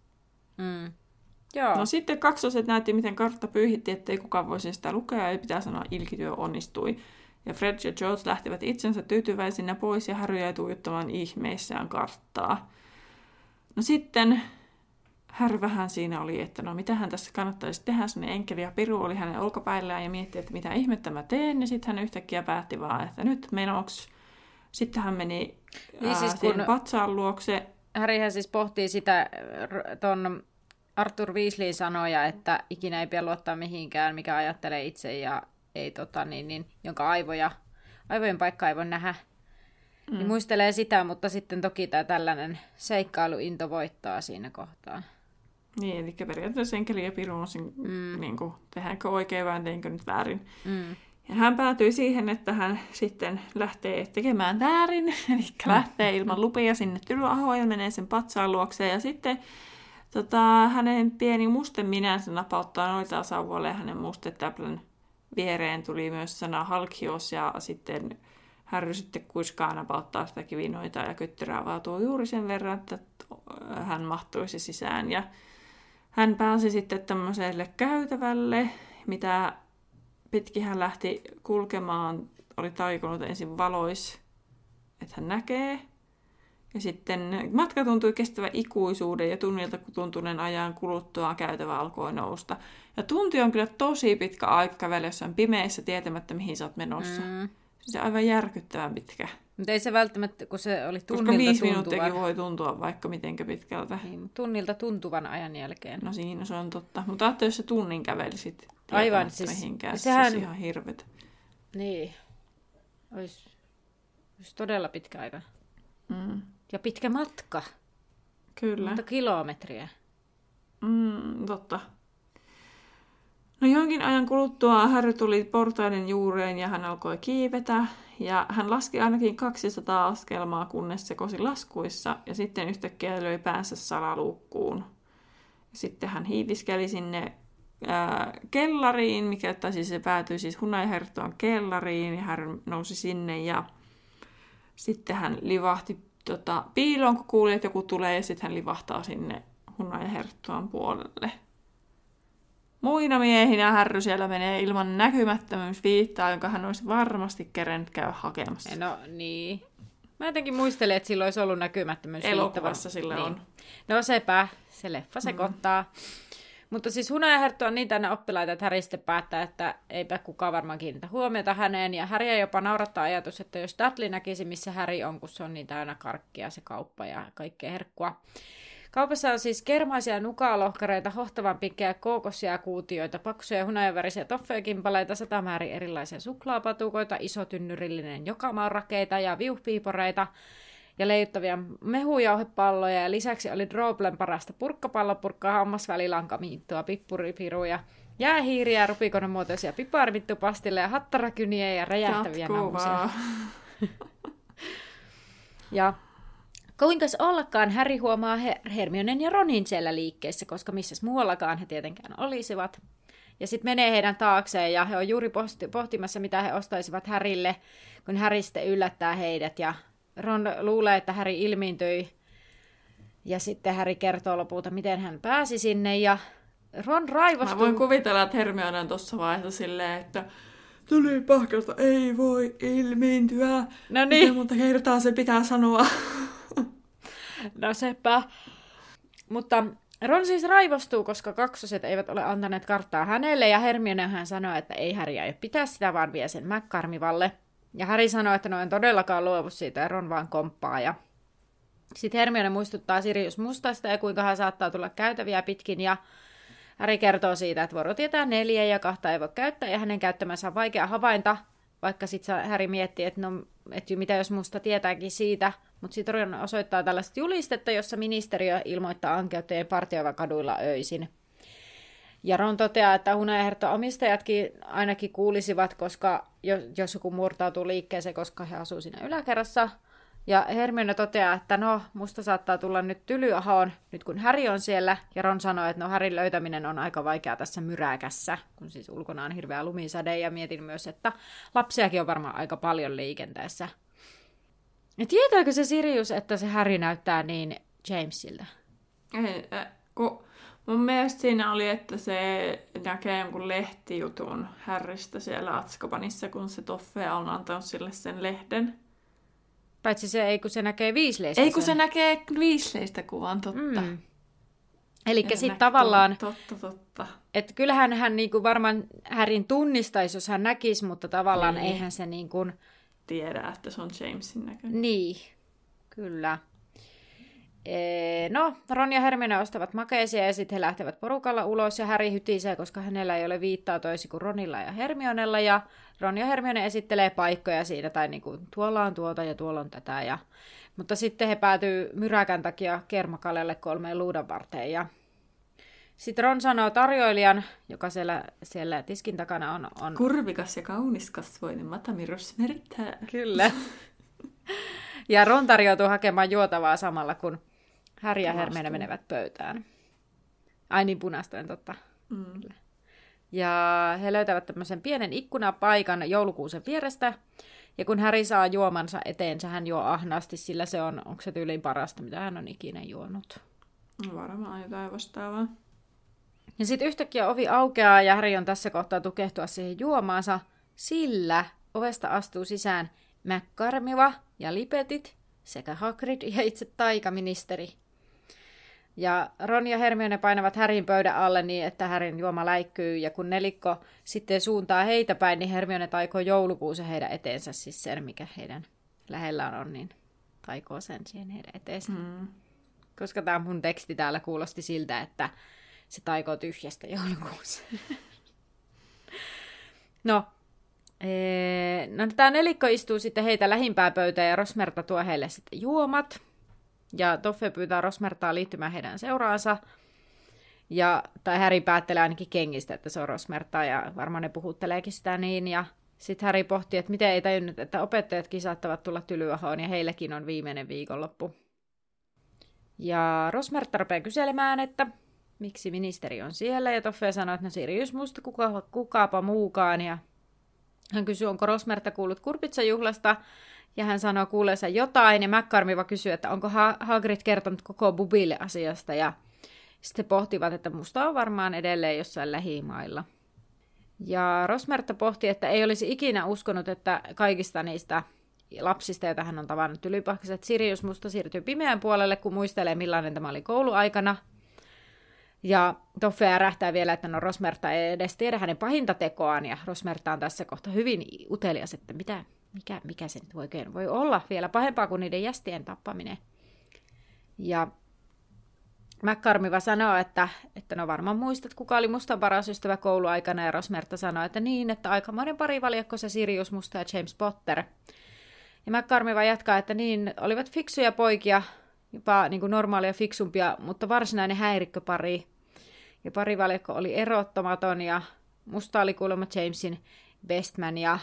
Mm. Joo. No sitten kaksoset näytti, miten kartta pyyhitti, ettei kukaan voisi sitä lukea, ja pitää sanoa, ilkityö onnistui. Ja Fred ja George lähtivät itsensä tyytyväisinä pois, ja Harry jäi tuijottamaan ihmeissään karttaa. No sitten Harry vähän siinä oli, että no mitähän tässä kannattaisi tehdä, semmoinen enkeli ja piru oli hänen olkapäillään, ja mietti, että mitä ihmettä mä teen, ja sitten hän yhtäkkiä päätti vaan, että nyt menoksi. Sitten hän meni niin ää, siis siihen kun... patsaan luokse. Harryhän siis pohtii sitä ton Arthur Weasleyn sanoja, että ikinä ei pidä luottaa mihinkään, mikä ajattelee itse ja ei, tota, niin, niin, jonka aivoja, aivojen paikka ei voi nähdä. Mm. Niin muistelee sitä, mutta sitten toki tämä tällainen seikkailuinto voittaa siinä kohtaa. Niin, eli periaatteessa enkeli ja piru on siinä, mm. niin kuin, tehdäänkö oikein vai teinkö nyt väärin. Mm. Ja hän päätyi siihen, että hän sitten lähtee tekemään väärin, eli lähtee ilman lupia sinne Tylyahoon ja menee sen patsaan luokseen. Ja sitten tota, hänen pieni musten minänsä napauttaa noita sauvalle ja hänen mustetäplän viereen tuli myös sana Halkios ja sitten Harry sitten kuiskaa napauttaa sitä kivinoita ja kyttyrä avautuu juuri sen verran, että hän mahtuisi sisään. Ja hän pääsi sitten tämmöiselle käytävälle, mitä pitkin hän lähti kulkemaan, oli taikonut ensin valois, että hän näkee. Ja sitten matka tuntui kestävän ikuisuuden ja tunnilta tuntuneen ajan kuluttua käytävä alkoi nousta. Ja tunti on kyllä tosi pitkä aika kävellä jossain pimeässä tietämättä, mihin sä oot menossa. Mm. Se on aivan järkyttävän pitkä. Mutta ei se välttämättä, kun se oli tunnilta Koska viisi tuntuvan. minuuttiakin voi tuntua vaikka mitenkä pitkältä. Niin, tunnilta tuntuvan ajan jälkeen. No siinä se on totta. Mutta ajattelin, jos se tunnin kävelisit aivan, siis, mihinkään, sehän... se olisi ihan hirveet. Niin. Olisi, olisi todella pitkä aika. Mm. Ja pitkä matka. Kyllä. Monta kilometriä. Mm, totta. No jonkin ajan kuluttua Harry tuli portaiden juureen ja hän alkoi kiivetä. Ja hän laski ainakin kaksisataa askelmaa, kunnes sekosi laskuissa. Ja sitten yhtäkkiä löi päänsä salaluukkuun. Ja sitten hän hiiviskeli sinne ää, kellariin, mikä tai siis se päätyi siis Hunajaherttuan kellariin. Ja Harry nousi sinne ja sitten hän livahti tota, piiloon, kun kuuli, että joku tulee. Ja sitten hän livahtaa sinne Hunajaherttuan puolelle. Muina miehinä Harry siellä menee ilman näkymättömyysviittaa, jonka hän olisi varmasti kerennyt käydä hakemassa. No niin. Mä jotenkin muistelen, että sillä olisi ollut näkymättömyysviitta. Elokuvassa sillä niin on. No sepä, se leffa sekoittaa. Mm. Mutta siis Hunajaherttu on niin tänne oppilaita, että Harry sitten päättää, että eipä kukaan varmaan kiinnitä huomiota häneen. Ja Harryä jopa naurattaa ajatus, että jos Dudley näkisi, missä Harry on, kun se on niin täynnä karkkia se kauppa ja kaikkea herkkua. Kaupassa on siis kermaisia nukalohkareita, hohtavan pikkejä kookosia kuutioita, paksuja hunajanvärisiä toffeekimpaleita, satamäärin erilaisia suklaapatukoita, isotynnyrillinen jokamaurakkeita ja viuhpiiporeita ja leijuttavia mehujauhepalloja. Ja lisäksi oli Droblen parasta purkkapallopurkkaa, hammasvälilankamiittoa, pippuripiruja, jäähiiriä, rupikonen muotoisia piparmittupastilleja, hattarakyniä ja räjähtäviä namusia. Ja kuinkas ollakaan Harry huomaa Her- Hermionen ja Ronin siellä liikkeessä, koska missäs muuallakaan he tietenkään olisivat. Ja sitten menee heidän taakseen ja he on juuri posti- pohtimassa, mitä he ostaisivat Harrylle, kun Harry sitten yllättää heidät. Ja Ron luulee, että Harry ilmiintyi. Ja sitten Harry kertoo lopulta, miten hän pääsi sinne. Ja Ron raivostuu. Mä voin kuvitella, että Hermione on tuossa vaiheessa silleen, että tuli pahkalta, ei voi ilmiintyä. No niin. Miten monta kertaa se pitää sanoa? No sepä. Mutta Ron siis raivostuu, koska kaksoset eivät ole antaneet karttaa hänelle, ja Hermione hän sanoo, että ei Harry aio pitää sitä, vaan vie sen McCormivalle. Ja Harry sanoo, että no en todellakaan luovu siitä, ja Ron vaan komppaa. Ja sitten Hermione muistuttaa Sirius Mustasta, ja kuinka hän saattaa tulla käytäviä pitkin, ja Harry kertoo siitä, että vuoro tietää neljä, ja kahta ei voi käyttää, ja hänen käyttämänsä on vaikea havainta, vaikka sitten Harry miettii, että no, että mitä jos Musta tietääkin siitä. Mutta sitten Ron osoittaa tällaista julistetta, jossa ministeriö ilmoittaa ankeuttajien partioivan kaduilla öisin. Ja Ron toteaa, että Hunajaherttuan omistajatkin ainakin kuulisivat, koska jos joku murtautuu liikkeeseen, koska he asuu siinä yläkerrassa. Ja Hermione toteaa, että no, Musta saattaa tulla nyt tylyahoon, nyt kun Harry on siellä. Ja Ron sanoo, että no Harryn löytäminen on aika vaikeaa tässä myräkässä, kun siis ulkona on hirveä lumisade. Ja mietin myös, että lapsiakin on varmaan aika paljon liikenteessä. Ja tietääkö se Sirius, että se Harry näyttää niin Jamesilta? Ei, äh, kun mun mielestä siinä oli, että se näkee jonkun lehtijutun Harrystä siellä Azkabanissa, kun se Toffee on antanut sille sen lehden. Paitsi se ei, kun se näkee Weasleystä. Ei, kun se näkee Weasleystä kuvan, totta. Mm. Eli sitten tavallaan, totta, totta. Että kyllähän hän niinku varmaan Harryn tunnistaisi, jos hän näkisi, mutta tavallaan niin. Eihän se niin kuin tiedä, että se on Jamesin näköinen. Niin, kyllä. Ee, no, Ron ja Hermione ostavat makeisia ja sitten he lähtevät porukalla ulos ja Harry hytisee, koska hänellä ei ole viittaa toisi kuin Ronilla ja Hermionella. Ja Ron ja Hermione esittelee paikkoja siinä, tai niinku, tuolla on tuota ja tuolla on tätä. Ja mutta sitten he päätyy myräkän takia Kermakalelle kolmeen luudan varteen. Ja sitten Ron sanoo tarjoilijan, joka siellä, siellä tiskin takana on, on... Kurvikas ja kauniskasvoinen Matamirus merittää. Kyllä. Ja Ron tarjoutuu hakemaan juotavaa samalla, kun Harry ja Hermione menevät pöytään. Ai niin, punaisten, totta. Mm. Ja he löytävät tämmöisen pienen ikkunapaikan joulukuusen vierestä. Ja kun Harry saa juomansa eteensä, hän juo ahnaasti, sillä se on, onko se tyyliin parasta, mitä hän on ikinä juonut. Varmaan jotain vastaavaa. Ja sitten yhtäkkiä ovi aukeaa ja Harry on tässä kohtaa tukehtua siihen juomaansa, sillä ovesta astuu sisään McCormiva ja Lipetit sekä Hagrid ja itse taikaministeri. Ja Ron ja Hermione painavat Harryn pöydän alle niin, että Harryn juoma läikkyy, ja kun nelikko sitten suuntaa heitä päin, niin Hermione taikoo joulukuusen heidän eteensä, siis sen, mikä heidän lähellään on, niin taikoo sen siihen heidän eteensä. Mm. Koska tämä mun teksti täällä kuulosti siltä, että se taikoo tyhjästä joulukuusen. no, ee, no tämä nelikko istuu sitten heitä lähimpää pöytään, ja Rosmerta tuo heille sitten juomat. Ja Toffe pyytää Rosmertaa liittymään heidän seuraansa. Ja, tai Harry päättelee ainakin kengistä, että se on Rosmertaa, ja varmaan ne puhutteleekin sitä niin. Ja sitten Harry pohtii, että miten ei tajunnut, että opettajatkin saattavat tulla Tylyahoon, ja heilläkin on viimeinen viikonloppu. Ja Rosmerta rupeaa kyselemään, että miksi ministeri on siellä, ja Toffe sanoo, että no Sirius musta kuka, kukaapa muukaan. Ja hän kysyy, onko Rosmerta kuullut Kurpitsajuhlasta, ja hän sanoo kuuleensa jotain, ja McCormiva kysyy, että onko ha- Hagrid kertonut koko Bubille asiasta, ja sitten pohtivat, että musta on varmaan edelleen jossain lähimailla. Ja Rosmerta pohti, että ei olisi ikinä uskonut, että kaikista niistä lapsista, joita hän on tavannut Tylypahkassa, että Sirius musta siirtyy pimeän puolelle, kun muistelee, millainen tämä oli kouluaikana. Ja Toffe ärähtää vielä, että no Rosmerta ei edes tiedä hänen pahinta tekoaan, ja Rosmerta on tässä kohta hyvin utelias, että mitä... Mikä, mikä se nyt oikein voi olla vielä pahempaa kuin niiden jästien tappaminen. Ja McCormiva sanoo, että, että no varmaan muistat, kuka oli mustan paras ystävä kouluaikana, ja Rosmerta sanoo, että niin, että aikamoinen parivaljakko se Sirius Musta ja James Potter. Ja McCormiva jatkaa, että niin, olivat fiksuja poikia, jopa niin kuin normaalia fiksumpia, mutta varsinainen häirikköpari. Ja parivaljakko oli erottamaton, ja Musta oli kuulemma Jamesin bestman, ja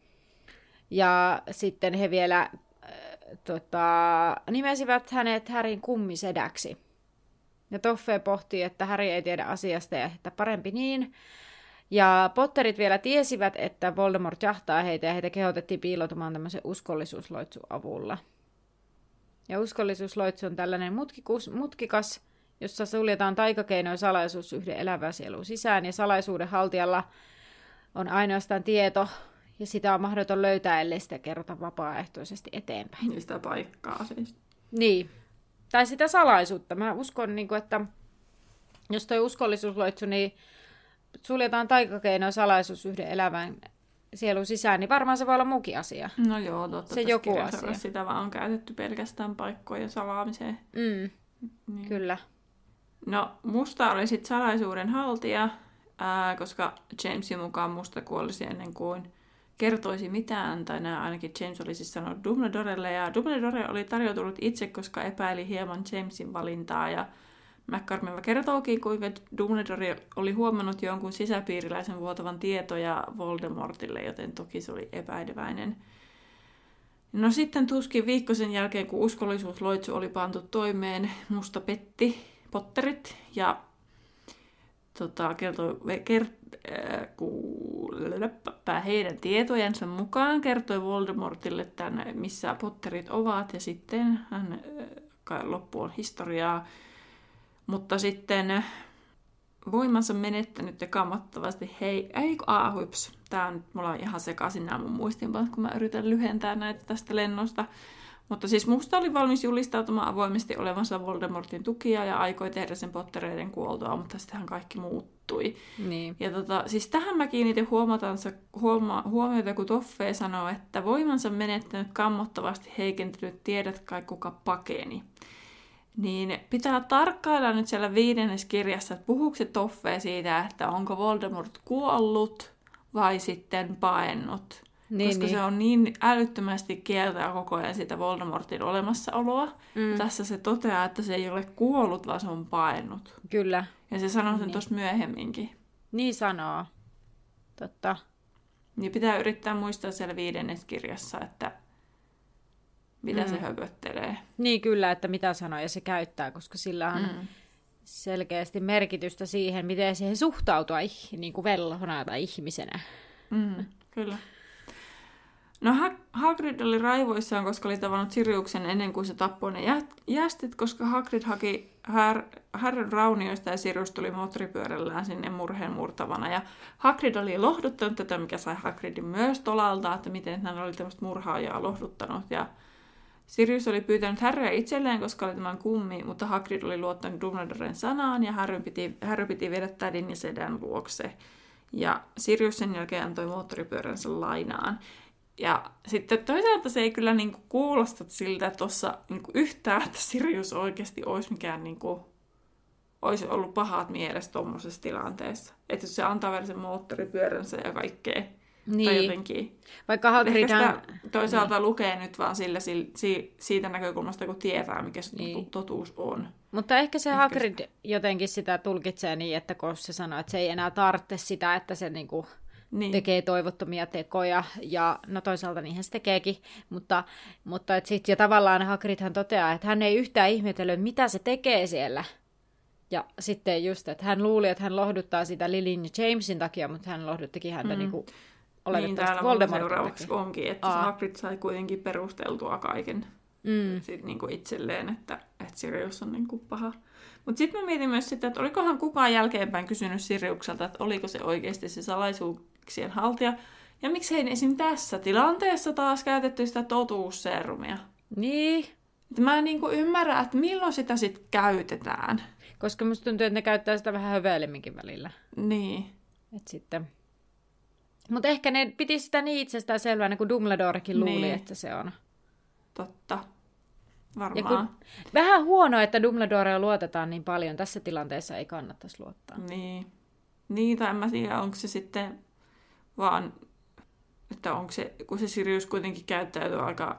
Ja sitten he vielä äh, tota, nimesivät hänet Harryn kummisedäksi. Ja Toffe pohtii, että Harry ei tiedä asiasta ja että parempi niin. Ja Potterit vielä tiesivät, että Voldemort jahtaa heitä ja heitä kehotettiin piiloutumaan tämmöisen uskollisuusloitsun avulla. Ja uskollisuusloitsu on tällainen mutkikus, mutkikas, jossa suljetaan taikakeinoin salaisuus yhden elävän sielun sisään. Ja salaisuuden haltijalla on ainoastaan tieto, ja sitä on mahdoton löytää, ellei sitä kerrota vapaaehtoisesti eteenpäin. Niin sitä paikkaa siis. Niin. Tai sitä salaisuutta. Mä uskon, että jos toi uskollisuusloitsu, niin suljetaan taikakeinoin salaisuus yhden elävän sielun sisään, niin varmaan se voi olla muukin asia. No joo, totta. Se joku asia. Sitä vaan on käytetty pelkästään paikkojen salaamiseen. Mm. Niin. Kyllä. No, Musta oli sitten salaisuuden haltija, ää, koska Jamesin mukaan Musta kuolisi ennen kuin kertoisi mitään, tai nämä ainakin James oli siis sanonut Dumbledorelle, ja Dumbledore oli tarjoutunut itse, koska epäili hieman Jamesin valintaa, ja McCormiva kertookin, kuinka Dumbledore oli huomannut jonkun sisäpiiriläisen vuotavan tietoja Voldemortille, joten toki se oli epäileväinen. No sitten tuskin viikko sen jälkeen, kun uskollisuusloitsu oli pantu toimeen, Musta petti Potterit, ja tota, kertoi, kert, äh, kuulepä, heidän tietojensa mukaan kertoi Voldemortille tämän, missä Potterit ovat, ja sitten hän, äh, loppu on historiaa. Mutta sitten voimansa menettänyt ja kammottavasti, hei, ei kun aahuips, tää on, mulla on ihan sekaisin nämä mun muistinpanot, kun mä yritän lyhentää näitä tästä lennosta. Mutta siis Musta oli valmis julistautumaan avoimesti olevansa Voldemortin tukia ja aikoi tehdä sen Pottereiden kuoltua, mutta sittenhän kaikki muuttui. Niin. Ja tota, siis tähän mä kiinnitin huomatansa, huoma, huomiota, kun Toffe sanoi, että voimansa menettänyt kammottavasti heikentynyt, tiedät kai kuka pakeni. Niin pitää tarkkailla nyt siellä viidennes kirjassa, että puhuuko se Toffe siitä, että onko Voldemort kuollut vai sitten paennut. Niin, koska niin. Se on niin älyttömästi kieltää koko ajan sitä Voldemortin olemassaoloa. Mm. Tässä se toteaa, että se ei ole kuollut, vaan se on paennut. Kyllä. Ja se sanoo sen niin. tuossa myöhemminkin. Niin sanoo. Totta. Niin pitää yrittää muistaa siellä viidennes kirjassa, että mitä mm. se höpöttelee. Niin kyllä, että mitä sanoja se käyttää, koska sillä on mm. selkeästi merkitystä siihen, miten siihen suhtautua niin kuin velhona tai ihmisenä. Mm, kyllä. No Hagrid oli raivoissaan, koska oli tavannut Siriuksen ennen kuin se tappoi ne jästit, koska Hagrid haki Harryn raunioista ja Sirius tuli moottoripyörällään sinne murheen murtavana. Ja Hagrid oli lohduttanut tätä, mikä sai Hagridin myös tolalta, että miten hän oli tämmöistä murhaajaa lohduttanut. Ja Sirius oli pyytänyt Harryä itselleen, koska oli tämän kummi, mutta Hagrid oli luottanut Dumbledoren sanaan ja Harry piti, Harry piti viedä tädin ja sedän luokse. Ja Sirius sen jälkeen antoi moottoripyöränsä lainaan. Ja sitten toisaalta se ei kyllä niinku kuulosta siltä tuossa niinku yhtään, että Sirius oikeasti olisi mikään niinku, olisi ollut pahat mielessä tuommoisessa tilanteessa. Että jos se antaa vielä sen moottoripyöränsä ja kaikkea. Niin. Tai jotenkin. Vaikka Hagridhan... toisaalta niin. lukee nyt vaan sillä, siitä näkökulmasta, kun tietää, mikä se niin. totuus on. Mutta ehkä se ehkä Hagrid sitä jotenkin sitä tulkitsee niin, että kun se sanoo, että se ei enää tarvitse sitä, että se niinku niin. tekee toivottomia tekoja. Ja no toisaalta niinhän se tekeekin. Mutta, mutta et sit, ja tavallaan Hagridhan toteaa, että hän ei yhtään ihmetellyt, mitä se tekee siellä. Ja sitten just, että hän luuli, että hän lohduttaa sitä Lilyn ja Jamesin takia, mutta hän lohduttikin häntä mm. niinku oletettavasti niin, Voldemortin seuraavaksi takia. Onkin, että Aa. Hagrid sai kuitenkin perusteltua kaiken mm. sit niinku itselleen, että, että Sirius on niinku paha. Mutta sitten mä mietin myös sitä, että olikohan kukaan jälkeenpäin kysynyt Siriukselta, että oliko se oikeasti se salaisuuksien haltija. Ja miksei esim. Tässä tilanteessa taas käytetty sitä totuusseerumia. Niin. Että mä en niinku ymmärrä, että milloin sitä sitten käytetään. Koska musta tuntuu, että ne käyttää sitä vähän höveilemminkin välillä. Niin. Et sitten. Mutta ehkä ne piti sitä niin itsestään selvänä, kun Dumbledorekin luuli, niin. että se on. Totta. Varmaan. Kun, vähän huono, että Dumbledorea luotetaan niin paljon. Tässä tilanteessa ei kannattaisi luottaa. Niin. Niin, tai en mä tiedä, onko se sitten vaan, että onko se, kun se Sirius kuitenkin käyttäytyy aika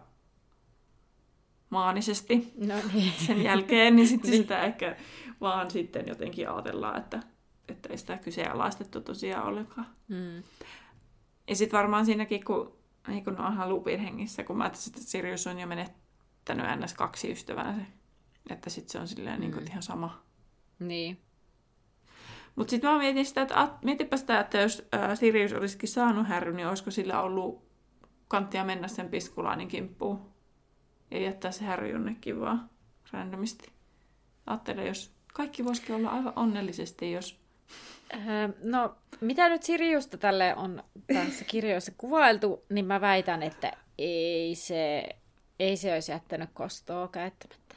maanisesti no niin. sen jälkeen, niin sitten niin. sitä ehkä vaan sitten jotenkin ajatellaan, että, että ei sitä kyseenalaistettu tosiaan ollenkaan. Mm. Ja sitten varmaan siinäkin, kun, kun onhan Lupin hengissä, kun mä ajattelin, että Sirius on jo menettänyt ns. Kaksi ystäväänsä, että sitten se on silleen mm. niin kuin ihan sama. Niin. Mutta sitten mä mietin sitä, että mietipä sitä, että jos ää, Sirius olisikin saanut Harryn, niin olisiko sillä ollut kanttia mennä sen Piskulaanin kimppuun ja jättää se Harry jonnekin vaan randomisti. Ajattelen, jos kaikki voisikin olla aivan onnellisesti, jos... Öö, no, mitä nyt Siriusta tälle on tässä kirjoissa kuvailtu, niin mä väitän, että ei se, ei se olisi jättänyt kostoa käyttämättä.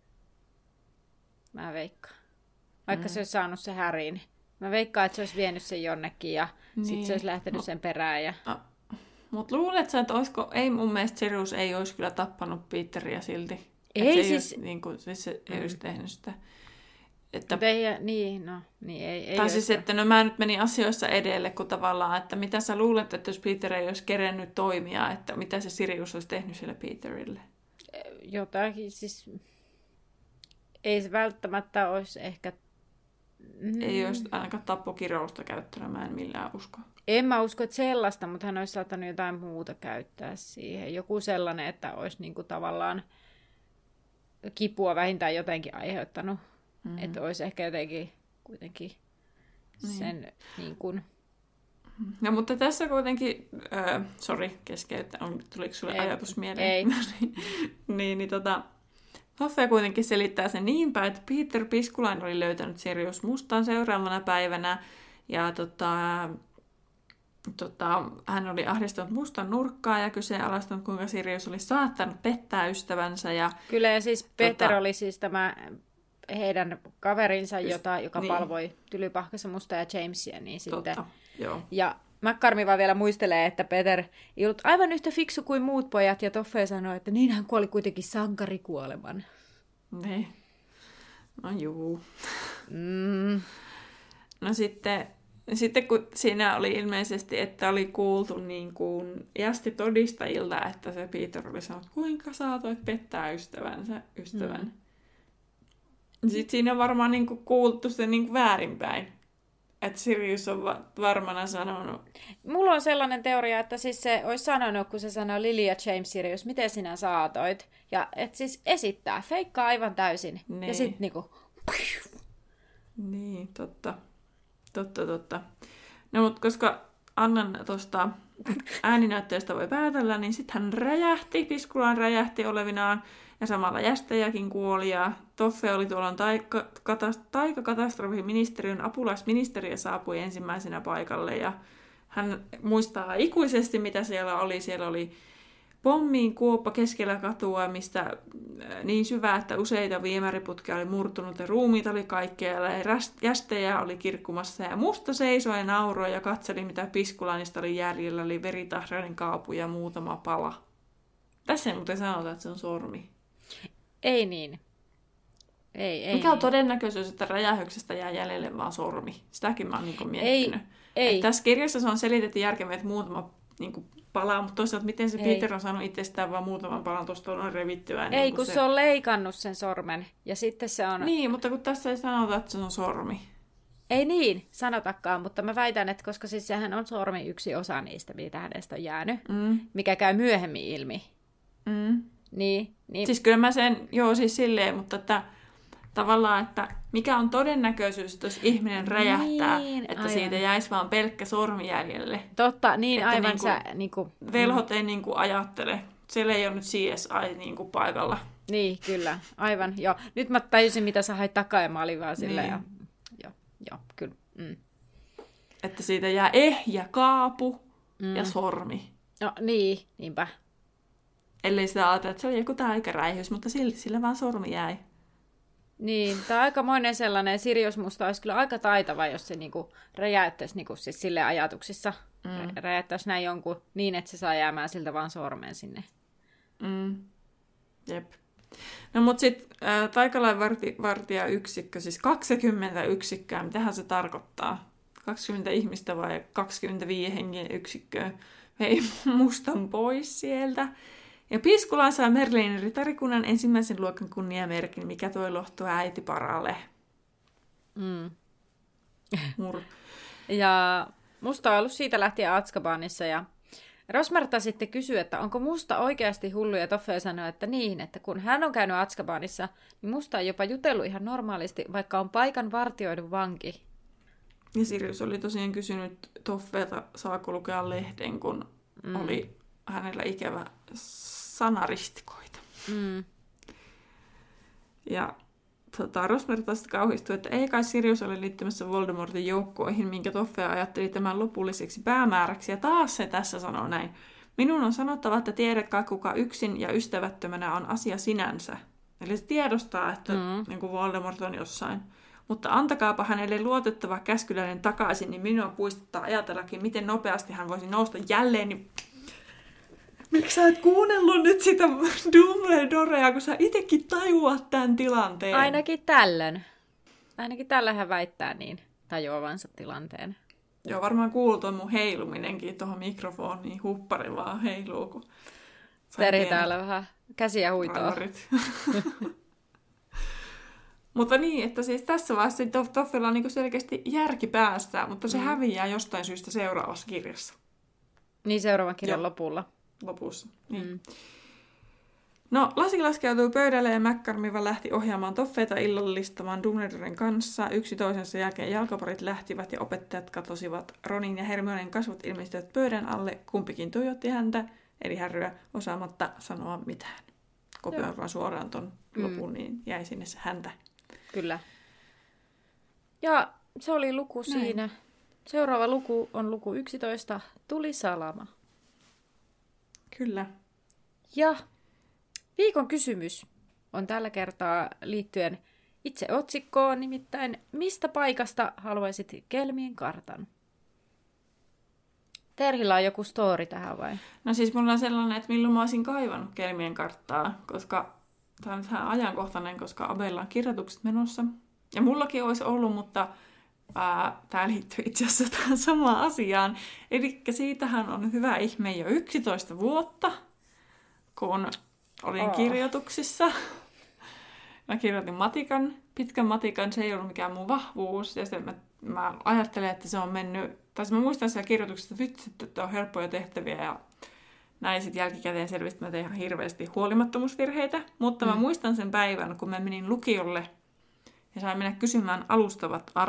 Mä veikkaan. Vaikka mm. se olisi saanut se Harryn. Mä veikkaan, että se olisi vienyt sen jonnekin ja niin. sitten se olisi lähtenyt no. sen perään. Ja... No. Mutta luulet sä, että olisiko... Ei mun mielestä Sirius ei olisi kyllä tappanut Peteria silti. Ei se siis... Ei olisi, niin kuin, siis se ei mm. olisi tehnyt sitä. Että... Ei, niin, no, niin ei, ei tai siis, että no mä nyt menin asioissa edelle, kun tavallaan, että mitä sä luulet, että jos Peter ei olisi kerennyt toimia, että mitä se Sirius olisi tehnyt sille Peterille? Jotakin, siis... Ei se välttämättä olisi ehkä... Mm. Ei olisi ainakaan tappokirousta käyttänyt, mä en millään usko. En mä usko, että sellaista, mutta hän olisi saattanut jotain muuta käyttää siihen. Joku sellainen, että olisi niinku tavallaan kipua vähintään jotenkin aiheuttanut. Mm. Että olisi ehkä jotenkin kuitenkin niin. sen niin kuin... No mutta tässä kuitenkin, äh, sori keskeyttä, tuliko sulle ei, ajatus mieleen? Ei. niin, niin tota... Hoffe kuitenkin selittää sen niin päin, että Peter Piskulainen oli löytänyt Sirius Mustan seuraavana päivänä. Ja tota, tota, hän oli ahdistanut Mustan nurkkaa ja kyseenalaistanut, kuinka Sirius oli saattanut pettää ystävänsä. Ja, kyllä, ja siis Peter tota, oli siis tämä heidän kaverinsa, jota, joka niin. palvoi Tylypahkassa Mustaa ja Jamesia. Niin sitten, totta, joo. Ja McCormi vaan vielä muistelee, että Peter ei ollut aivan yhtä fiksu kuin muut pojat, ja Toffe sanoi, että niin hän kuoli kuitenkin sankarikuoleman. Niin. No juu. Mm. No sitten, sitten kun siinä oli ilmeisesti, että oli kuultu niin kuin jästi todistajilta, että se Peter oli sanonut, kuinka saatoit pettää ystävänsä, ystävän. Mm. Sitten siinä on varmaan niin kuin kuultu se niin kuin väärinpäin. Että Sirius on va- varmana sanonut. Mulla on sellainen teoria, että siis se olisi sanonut, kun se sanoi Lily ja James Sirius, miten sinä saatoit. Ja että siis esittää, feikkaa aivan täysin. Niin. Ja sitten niinku... Niin, totta. Totta, totta. No mutta koska annan tuosta ääninäytteestä voi päätellä, niin sitten hän räjähti, Piskulaan räjähti olevinaan, ja samalla jästäjäkin kuoli, ja Toffe oli tuolla taikakatastrofiministeriön apulaisministeriö saapui ensimmäisenä paikalle, ja hän muistaa ikuisesti, mitä siellä oli. Siellä oli pommiin kuoppa keskellä katua, mistä niin syvä, että useita viemäriputkia oli murtunut ja ruumiita oli kaikkialla ja jästejä oli kirkkumassa. Ja musta seisoi ja nauroi ja katseli, mitä Piskulanista oli jäljellä. Oli veritahrainen kaapu ja muutama pala. Tässä ei muuten sanota, että se on sormi. Ei niin. Ei, ei Mikä on niin. todennäköisyys, että räjähyksestä jää jäljelle vaan sormi? Sitäkin mä oon niin miettinyt. Ei, ei. Tässä kirjassa se on selitetty järkevää, että muutama niin kuin, palaa, mutta toisaalta miten se Ei. Peter on saanut itsestään vaan muutaman palan tuosta on revittyä. Ei, niin kun se... se on leikannut sen sormen. Ja sitten se on... Niin, mutta kun tässä ei sanota, että se on sormi. Ei niin, sanotakaan, mutta mä väitän, että koska siis sehän on sormi yksi osa niistä, mitä hänestä on jäänyt, Mm. mikä käy myöhemmin ilmi. Mm. Niin, niin Siis kyllä mä sen, joo siis silleen, mutta että tavallaan, että mikä on todennäköisyys, että jos ihminen räjähtää, Niin, että aivan. siitä jäisi vaan pelkkä sormi jäljelle. totta, niin Että aivan niinku sä niinku... Velhot ei niin kuin ajattele. Siellä ei ole nyt C S I niin kuin paikalla. Niin, kyllä, aivan, joo. Nyt mä tajusin, mitä sä hait takaa, ja mä olin vaan silleen, Niin. ja... joo, joo, kyllä. Mm. Että siitä jää ehjä kaapu Mm. ja sormi. No niin, niinpä. Ellei sitä ajatella, että se oli joku taikaräihys, mutta silti sillä vaan sormi jäi. Niin, tämä on aikamoinen sellainen, Sirius musta olisi kyllä aika taitava, jos se niinku räjäyttäisi niinku siis sille ajatuksissa. Mm. Räjäyttäisi näin jonkun niin, että se saa jäämään siltä vaan sormen sinne. Mm. Jep. No mut sit äh, taikalainvartija yksikkö, siis kaksikymmentä yksikköä, mitähän se tarkoittaa? kaksikymmentä ihmistä vai kaksikymmentäviisi hengen yksikköä vei mustan pois sieltä. Ja Piskulaan sai Merlinin ritarikunnan ensimmäisen luokan kunniamerkin, mikä toi lohtua äiti Paralle. Mm. Mur. Ja musta on ollut siitä lähtien Azkabanissa ja Rosmerta sitten kysyi, että onko musta oikeasti hullu, ja Toffe sanoi, että niin, että kun hän on käynyt Azkabanissa, niin musta on jopa jutellut ihan normaalisti, vaikka on paikan vartioidun vanki. Ja Sirius oli tosiaan kysynyt Toffeelta, saako lukea lehden, kun mm. oli hänellä ikävä sanaristikoita. Mm. Ja tota, Rosmerta sitten kauhistui, että ei kai Sirius ole liittymässä Voldemortin joukkoihin, minkä Toffe ajatteli tämän lopulliseksi päämääräksi. Ja taas se tässä sanoo näin. Minun on sanottava, että tiedetkaa kuka yksin ja ystävättömänä on asia sinänsä. Eli se tiedostaa, että mm. niin kuin Voldemort on jossain. Mutta antakaapa hänelle luotettava käskyläinen takaisin, niin minua puistuttaa ajatellakin, miten nopeasti hän voisi nousta jälleen. Niin... Miksi sä et kuunnellut nyt sitä Dumbledorea, kun sä itsekin tajuat tämän tilanteen? Ainakin tällöin. Ainakin tällä hän väittää niin tajuavansa tilanteen. Joo, varmaan kuuluu tuon mun heiluminenkin tuohon mikrofoniin. Huppari vaan heiluu, kun... Teri täällä vähän käsiä huitoa. Mutta niin, että siis tässä vaiheessa Toffella on niin selkeästi järki päässä, mutta se mm. häviää jostain syystä seuraavassa kirjassa. Niin, seuraavan kirjan Joo. lopulla. Lopussa, niin. Mm. No, lasi laskeutui pöydälle ja McCormiva lähti ohjaamaan Toffeita illallistamaan Dumbledoren kanssa. Yksi toisensa jälkeen jalkaparit lähtivät ja opettajat katosivat. Ronin ja Hermionen kasvot ilmestyivät pöydän alle. Kumpikin tuijotti häntä, eli Harryä, osaamatta sanoa mitään. Kopioin vaan suoraan ton lopun, mm. niin jäi sinne se häntä. Kyllä. Ja se oli luku Näin. siinä. Seuraava luku on luku yksitoista, Tuli salama. Kyllä. Ja viikon kysymys on tällä kertaa liittyen itse otsikkoon, nimittäin mistä paikasta haluaisit Kelmien kartan? Terhillä on joku story tähän vai? No siis mulla on sellainen, että milloin mä olisin kaivannut Kelmien karttaa, koska tämä on nyt vähän ajankohtainen, koska Abella on kirjoitukset menossa. Ja mullakin olisi ollut, mutta tämä liittyy itse asiassa tähän samaan asiaan. Eli siitähän on hyvä ihme jo yksitoista vuotta, kun olin oh. kirjoituksissa. Mä kirjoitin matikan, pitkän matikan, se ei ollut mikään mun vahvuus. Ja sitten mä, mä ajattelen, että se on mennyt, tai mä muistan siellä kirjoituksessa, että että on helppoja tehtäviä ja näin sitten jälkikäteen selvisi, että mä tein ihan hirveästi huolimattomuusvirheitä. Mutta mm. mä muistan sen päivän, kun mä menin lukiolle ja sain mennä kysymään alustavat arvo,